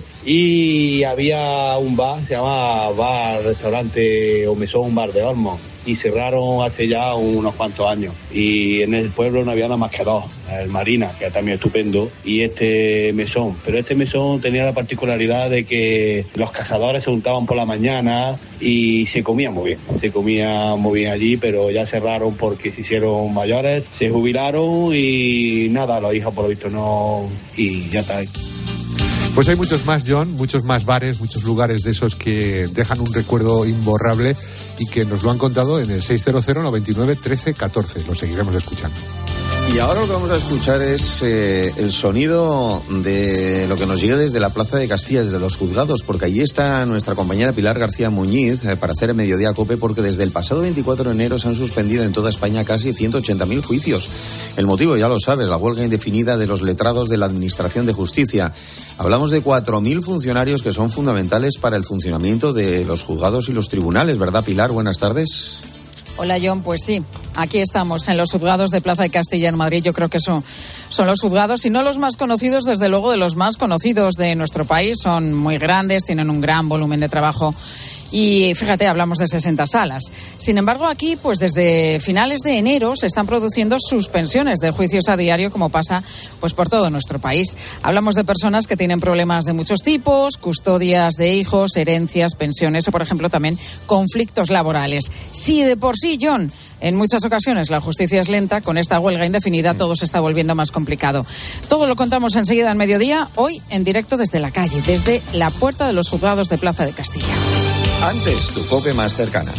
Y había un bar, se llama Bar, Restaurante o Mesón Bar de Olmos. Y cerraron hace ya unos cuantos años. Y en el pueblo no había nada más que dos. El Marina, que es también estupendo, y este mesón. Pero este mesón tenía la particularidad de que los cazadores se juntaban por la mañana y se comía muy bien. Se comía muy bien allí, pero ya cerraron porque se hicieron mayores, se jubilaron y nada, los hijos por lo visto no, y ya está. Pues hay muchos más, John, muchos más bares, muchos lugares de esos que dejan un recuerdo imborrable y que nos lo han contado en el 600 99 13 14. Lo seguiremos escuchando. Y ahora lo que vamos a escuchar es el sonido de lo que nos llega desde la Plaza de Castilla, desde los juzgados, porque allí está nuestra compañera Pilar García Muñiz para hacer el Mediodía Cope, porque desde el pasado 24 de enero se han suspendido en toda España casi 180.000 juicios. El motivo, ya lo sabes, la huelga indefinida de los letrados de la Administración de Justicia. Hablamos de 4.000 funcionarios que son fundamentales para el funcionamiento de los juzgados y los tribunales, ¿verdad, Pilar? Buenas tardes. Hola, John, pues sí, aquí estamos en los juzgados de Plaza de Castilla en Madrid. Yo creo que son los juzgados, y no los más conocidos, desde luego de los más conocidos de nuestro país. Son muy grandes, tienen un gran volumen de trabajo y fíjate, hablamos de 60 salas. Sin embargo, aquí, pues desde finales de enero se están produciendo suspensiones de juicios a diario, como pasa pues por todo nuestro país. Hablamos de personas que tienen problemas de muchos tipos, custodias de hijos, herencias, pensiones o, por ejemplo, también conflictos laborales. Sí, de por sí, John, en muchas ocasiones la justicia es lenta, con esta huelga indefinida todo se está volviendo más complicado. Todo lo contamos enseguida al mediodía, hoy en directo desde la calle, desde la puerta de los juzgados de Plaza de Castilla. Antes, tu COPE más cercana.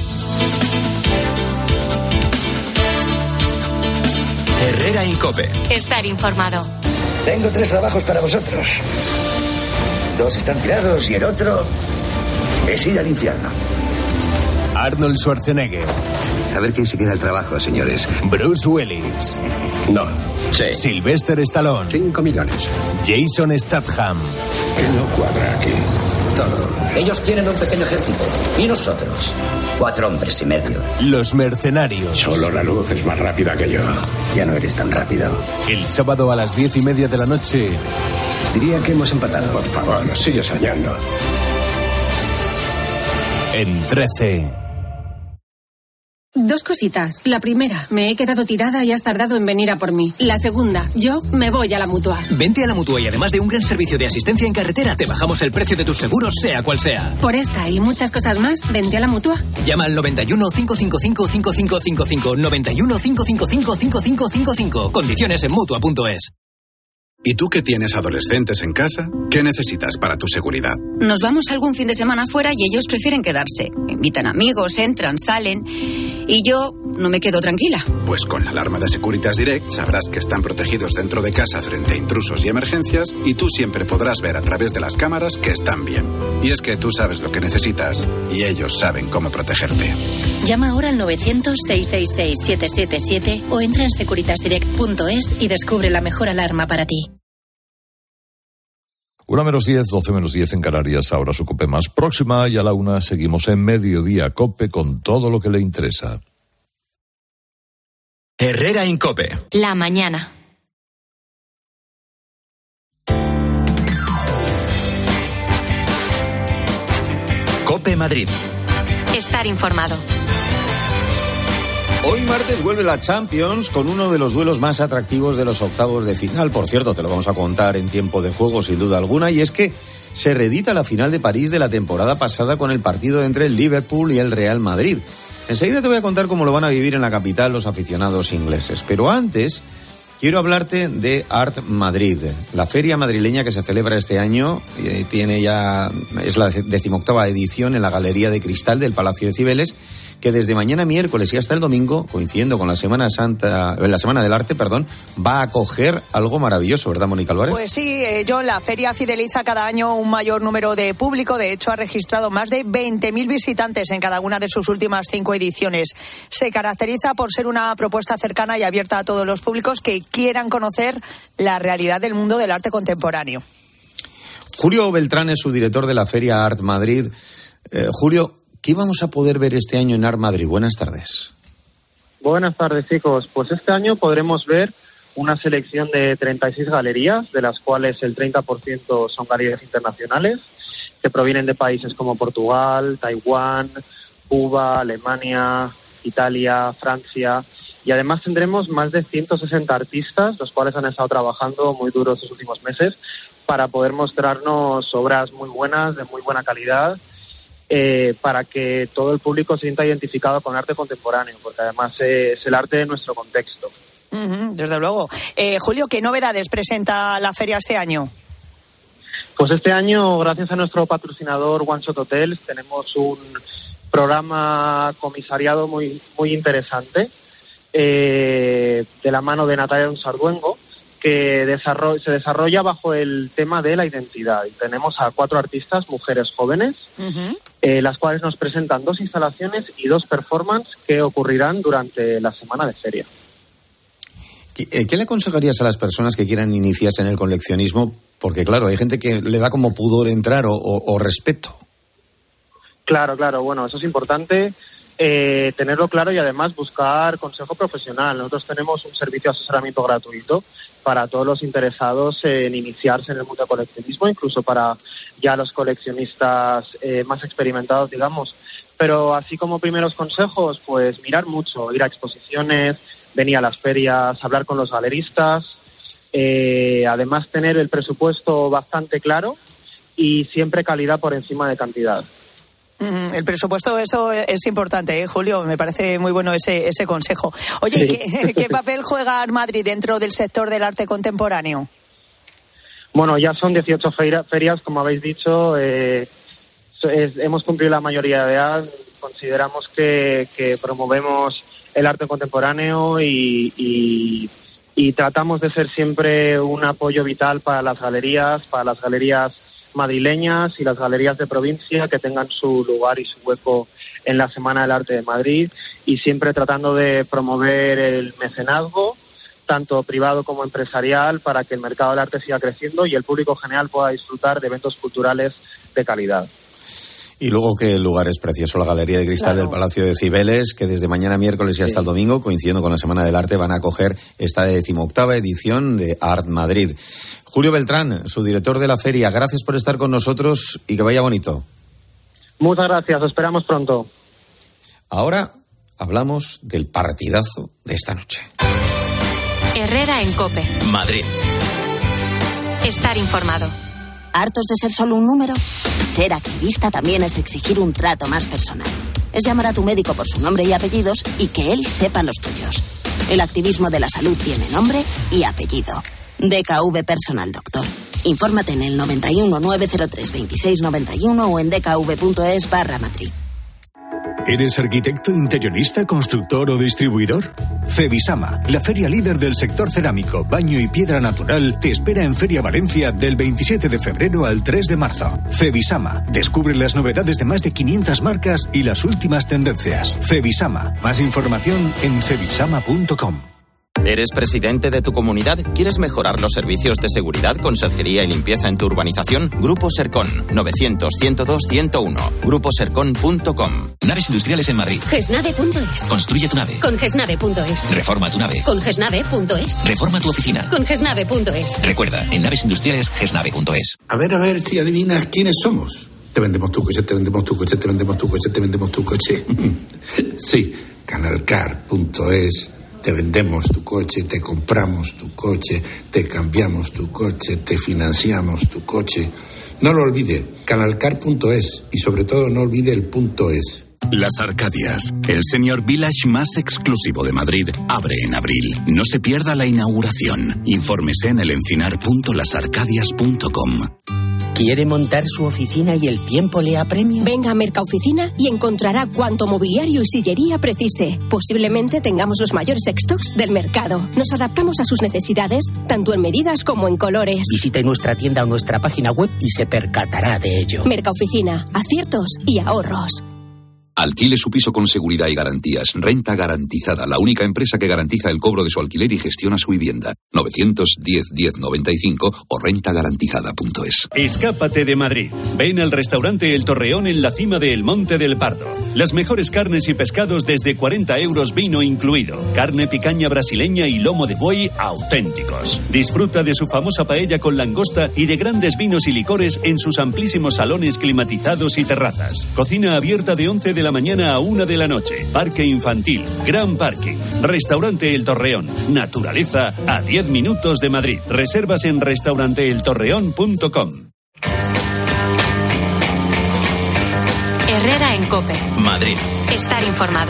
Herrera Incope. Estar informado. Tengo 3 trabajos para vosotros. 2 están tirados y el otro es ir al infierno. Arnold Schwarzenegger. A ver quién se queda el trabajo, señores. Bruce Willis. No. Sí. Sylvester Stallone. 5 millones. Jason Statham. Que no cuadra aquí. Todo. Ellos tienen un pequeño ejército. ¿Y nosotros? 4 hombres y medio. Los mercenarios. Solo la luz es más rápida que yo. Ya no eres tan rápido. El sábado a las 10:30 de la noche. Diría que hemos empatado. Por favor, sigue soñando. En 13. 2 cositas. La primera, me he quedado tirada y has tardado en venir a por mí. La segunda, yo me voy a la Mutua. Vente a la Mutua y además de un gran servicio de asistencia en carretera, te bajamos el precio de tus seguros, sea cual sea. Por esta y muchas cosas más, vente a la Mutua. Llama al 91 555 5555. 91 555 5555. Condiciones en Mutua.es. ¿Y tú que tienes adolescentes en casa? ¿Qué necesitas para tu seguridad? Nos vamos algún fin de semana fuera y ellos prefieren quedarse. Invitan amigos, entran, salen. Y yo no me quedo tranquila. Pues con la alarma de Securitas Direct sabrás que están protegidos dentro de casa frente a intrusos y emergencias y tú siempre podrás ver a través de las cámaras que están bien. Y es que tú sabes lo que necesitas y ellos saben cómo protegerte. Llama ahora al 900-666-777 o entra en securitasdirect.es y descubre la mejor alarma para ti. 1:10, 12:10 en Canarias, ahora su COPE más próxima y a la 1 seguimos en Mediodía COPE con todo lo que le interesa. Herrera Incope. La mañana. COPE Madrid. Estar informado. Hoy martes vuelve la Champions con uno de los duelos más atractivos de los octavos de final. Por cierto, te lo vamos a contar en tiempo de juego sin duda alguna, y es que se reedita la final de París de la temporada pasada con el partido entre el Liverpool y el Real Madrid. Enseguida te voy a contar cómo lo van a vivir en la capital los aficionados ingleses. Pero antes quiero hablarte de Art Madrid, la feria madrileña que se celebra este año. Es la 18ª edición en la Galería de Cristal del Palacio de Cibeles, que desde mañana miércoles y hasta el domingo, coincidiendo con la Semana del Arte, va a acoger algo maravilloso, ¿verdad, Mónica Álvarez? Pues sí, John, la feria fideliza cada año un mayor número de público. De hecho, ha registrado más de 20.000 visitantes en cada una de sus últimas 5 ediciones. Se caracteriza por ser una propuesta cercana y abierta a todos los públicos que quieran conocer la realidad del mundo del arte contemporáneo. Julio Beltrán es su director de la feria Art Madrid. Julio, ¿qué vamos a poder ver este año en Art Madrid? Buenas tardes. Buenas tardes, chicos. Pues este año podremos ver una selección de 36 galerías, de las cuales el 30% son galerías internacionales, que provienen de países como Portugal, Taiwán, Cuba, Alemania, Italia, Francia. Y además tendremos más de 160 artistas, los cuales han estado trabajando muy duro estos últimos meses para poder mostrarnos obras muy buenas, de muy buena calidad, para que todo el público se sienta identificado con el arte contemporáneo, porque además es el arte de nuestro contexto. Desde luego. Julio, ¿qué novedades presenta la feria este año? Pues este año, gracias a nuestro patrocinador One Shot Hotels, tenemos un programa comisariado muy, muy interesante, de la mano de Natalia Sarduengo, que se desarrolla bajo el tema de la identidad. Y tenemos a 4 artistas, mujeres jóvenes, las cuales nos presentan 2 instalaciones y 2 performances que ocurrirán durante la semana de feria. ¿Qué le aconsejarías a las personas que quieran iniciarse en el coleccionismo? Porque claro, hay gente que le da como pudor entrar o respeto. Claro, bueno, eso es importante. Tenerlo claro y además buscar consejo profesional. Nosotros tenemos un servicio de asesoramiento gratuito para todos los interesados en iniciarse en el mundo del coleccionismo, incluso para ya los coleccionistas más experimentados, digamos. Pero así como primeros consejos, pues mirar mucho, ir a exposiciones, venir a las ferias, hablar con los galeristas, además tener el presupuesto bastante claro y siempre calidad por encima de cantidad. El presupuesto, eso es importante, Julio. Me parece muy bueno ese consejo. Oye, sí. ¿Qué papel juega Art Madrid dentro del sector del arte contemporáneo? Bueno, ya son 18 ferias, como habéis dicho. Hemos cumplido la mayoría de edad. Consideramos que promovemos el arte contemporáneo y tratamos de ser siempre un apoyo vital para las galerías madrileñas y las galerías de provincia que tengan su lugar y su hueco en la Semana del Arte de Madrid, y siempre tratando de promover el mecenazgo, tanto privado como empresarial, para que el mercado del arte siga creciendo y el público general pueda disfrutar de eventos culturales de calidad. Y luego que el lugar es precioso, la Galería de Cristal del Palacio de Cibeles, que desde mañana miércoles y hasta el domingo, coincidiendo con la Semana del Arte, van a acoger esta 18ª edición de Art Madrid. Julio Beltrán, su director de la feria, gracias por estar con nosotros y que vaya bonito. Muchas gracias, os esperamos pronto. Ahora hablamos del partidazo de esta noche. Herrera en COPE. Madrid. Estar informado. ¿Hartos de ser solo un número? Ser activista también es exigir un trato más personal. Es llamar a tu médico por su nombre y apellidos y que él sepa los tuyos. El activismo de la salud tiene nombre y apellido. DKV Personal Doctor. Infórmate en el 91 903 26 91 o en dkv.es/Madrid. ¿Eres arquitecto, interiorista, constructor o distribuidor? Fevisama, la feria líder del sector cerámico, baño y piedra natural, te espera en Feria Valencia del 27 de febrero al 3 de marzo. Fevisama, descubre las novedades de más de 500 marcas y las últimas tendencias. Fevisama, más información en fevisama.com. ¿Eres presidente de tu comunidad? ¿Quieres mejorar los servicios de seguridad, conserjería y limpieza en tu urbanización? Grupo Sercon, 900-102-101. Gruposercon.com. Naves industriales en Madrid. Gesnave.es. Construye tu nave. Con Gesnave.es. Reforma tu nave. Con Gesnave.es. Reforma tu oficina. Con Gesnave.es. Recuerda, en naves industriales, Gesnave.es. A ver si adivinas quiénes somos. Te vendemos tu coche, te vendemos tu coche, te vendemos tu coche, te vendemos tu coche. Sí, Canalcar.es. Te vendemos tu coche, te compramos tu coche, te cambiamos tu coche, te financiamos tu coche. No lo olvide, Canalcar.es y sobre todo no olvide el .es. Las Arcadias, el senior village más exclusivo de Madrid, abre en abril. No se pierda la inauguración. Infórmese en elencinar.lasarcadias.com. ¿Quiere montar su oficina y el tiempo le apremia? Venga a Mercaoficina y encontrará cuanto mobiliario y sillería precise. Posiblemente tengamos los mayores stocks del mercado. Nos adaptamos a sus necesidades, tanto en medidas como en colores. Visite nuestra tienda o nuestra página web y se percatará de ello. Mercaoficina, aciertos y ahorros. Alquile su piso con seguridad y garantías. Renta Garantizada, la única empresa que garantiza el cobro de su alquiler y gestiona su vivienda. 910-1095 o rentagarantizada.es. Escápate de Madrid. Ven al restaurante El Torreón en la cima del Monte del Pardo. Las mejores carnes y pescados desde 40 euros, vino incluido. Carne picaña brasileña y lomo de buey auténticos. Disfruta de su famosa paella con langosta y de grandes vinos y licores en sus amplísimos salones climatizados y terrazas. Cocina abierta de 11 de la mañana a 1 de la noche. Parque infantil, gran parking. Restaurante El Torreón. Naturaleza a 10 minutos de Madrid. Reservas en restauranteeltorreón.com. Herrera en COPE. Madrid. Estar informado.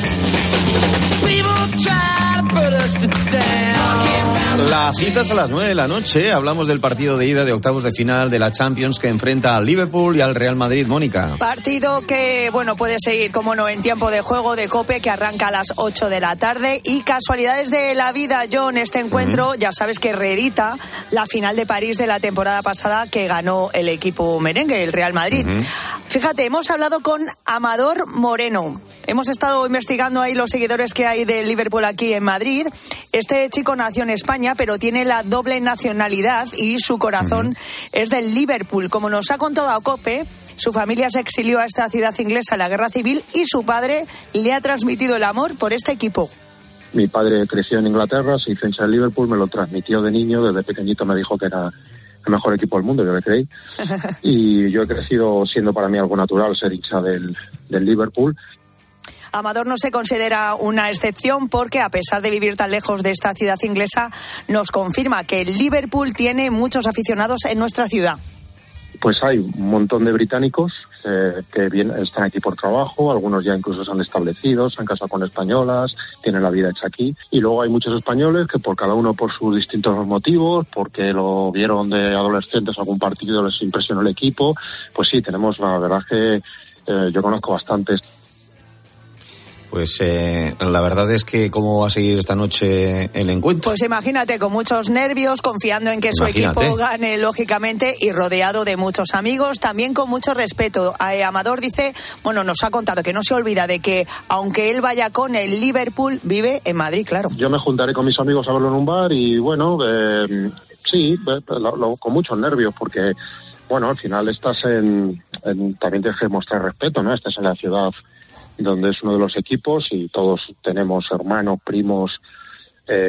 La cita es a las 9 de la noche. Hablamos del partido de ida de octavos de final de la Champions que enfrenta al Liverpool y al Real Madrid, Mónica. Partido que, puede seguir, como no, en tiempo de juego de COPE, que arranca a las 8 de la tarde. Y casualidades de la vida, John, este encuentro, ya sabes que reedita la final de París de la temporada pasada que ganó el equipo merengue, el Real Madrid. Fíjate, hemos hablado con Amador Moreno. Hemos estado investigando ahí los seguidores que hay del Liverpool aquí en Madrid. Este chico nació en España, pero tiene la doble nacionalidad y su corazón es del Liverpool. Como nos ha contado a COPE, su familia se exilió a esta ciudad inglesa en la Guerra Civil y su padre le ha transmitido el amor por este equipo. Mi padre creció en Inglaterra, se hizo hincha del Liverpool, me lo transmitió de niño, desde pequeñito me dijo que era el mejor equipo del mundo, yo le creí. Y yo he crecido siendo para mí algo natural ser hincha del Liverpool. Amador no se considera una excepción porque, a pesar de vivir tan lejos de esta ciudad inglesa, nos confirma que el Liverpool tiene muchos aficionados en nuestra ciudad. Pues hay un montón de británicos que están aquí por trabajo, algunos ya incluso se han establecido, se han casado con españolas, tienen la vida hecha aquí. Y luego hay muchos españoles que por cada uno por sus distintos motivos, porque lo vieron de adolescentes algún partido, les impresionó el equipo. Pues sí, tenemos, la verdad que yo conozco bastantes. Pues la verdad es que ¿cómo va a seguir esta noche el encuentro? Pues imagínate, con muchos nervios, confiando en que su equipo gane, lógicamente, y rodeado de muchos amigos, también con mucho respeto. Amador dice, nos ha contado que no se olvida de que, aunque él vaya con el Liverpool, vive en Madrid, claro. Yo me juntaré con mis amigos a verlo en un bar y, sí, con muchos nervios, porque, al final estás también tienes que mostrar respeto, ¿no? Estás en la ciudad donde es uno de los equipos y todos tenemos hermanos, primos,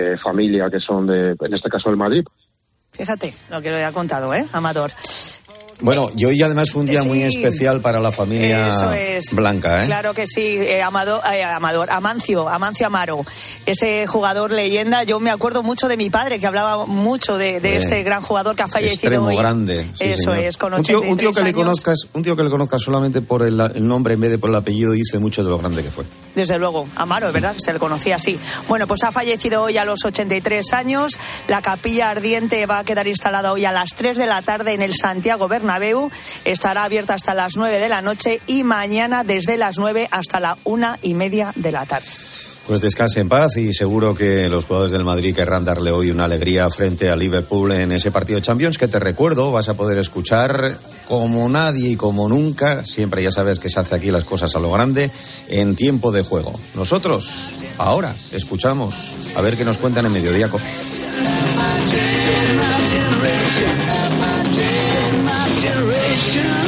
familia que son en este caso del Madrid. Fíjate lo que le ha contado, Amador. Bueno, y hoy además fue un día muy especial para la familia blanca, ¿eh? Claro que sí, Amancio Amaro, ese jugador leyenda. Yo me acuerdo mucho de mi padre, que hablaba mucho de este gran jugador que ha fallecido extremo hoy. Grande. Sí, eso señor. es, con 83 un tío que años. un tío que le conozcas solamente por el nombre en vez de por el apellido dice mucho de lo grande que fue. Desde luego, Amaro, es verdad, se le conocía así. Bueno, pues ha fallecido hoy a los 83 años. La capilla ardiente va a quedar instalada hoy a las 3 de la tarde en el Santiago Bernabéu. Estará abierta hasta las 9 de la noche y mañana desde las 9 hasta la 1:30 de la tarde. Pues descanse en paz y seguro que los jugadores del Madrid querrán darle hoy una alegría frente a Liverpool en ese partido de Champions que, te recuerdo, vas a poder escuchar como nadie y como nunca. Siempre ya sabes que se hace aquí las cosas a lo grande en tiempo de juego. Nosotros ahora escuchamos a ver qué nos cuentan en Mediodía Cope. My generation.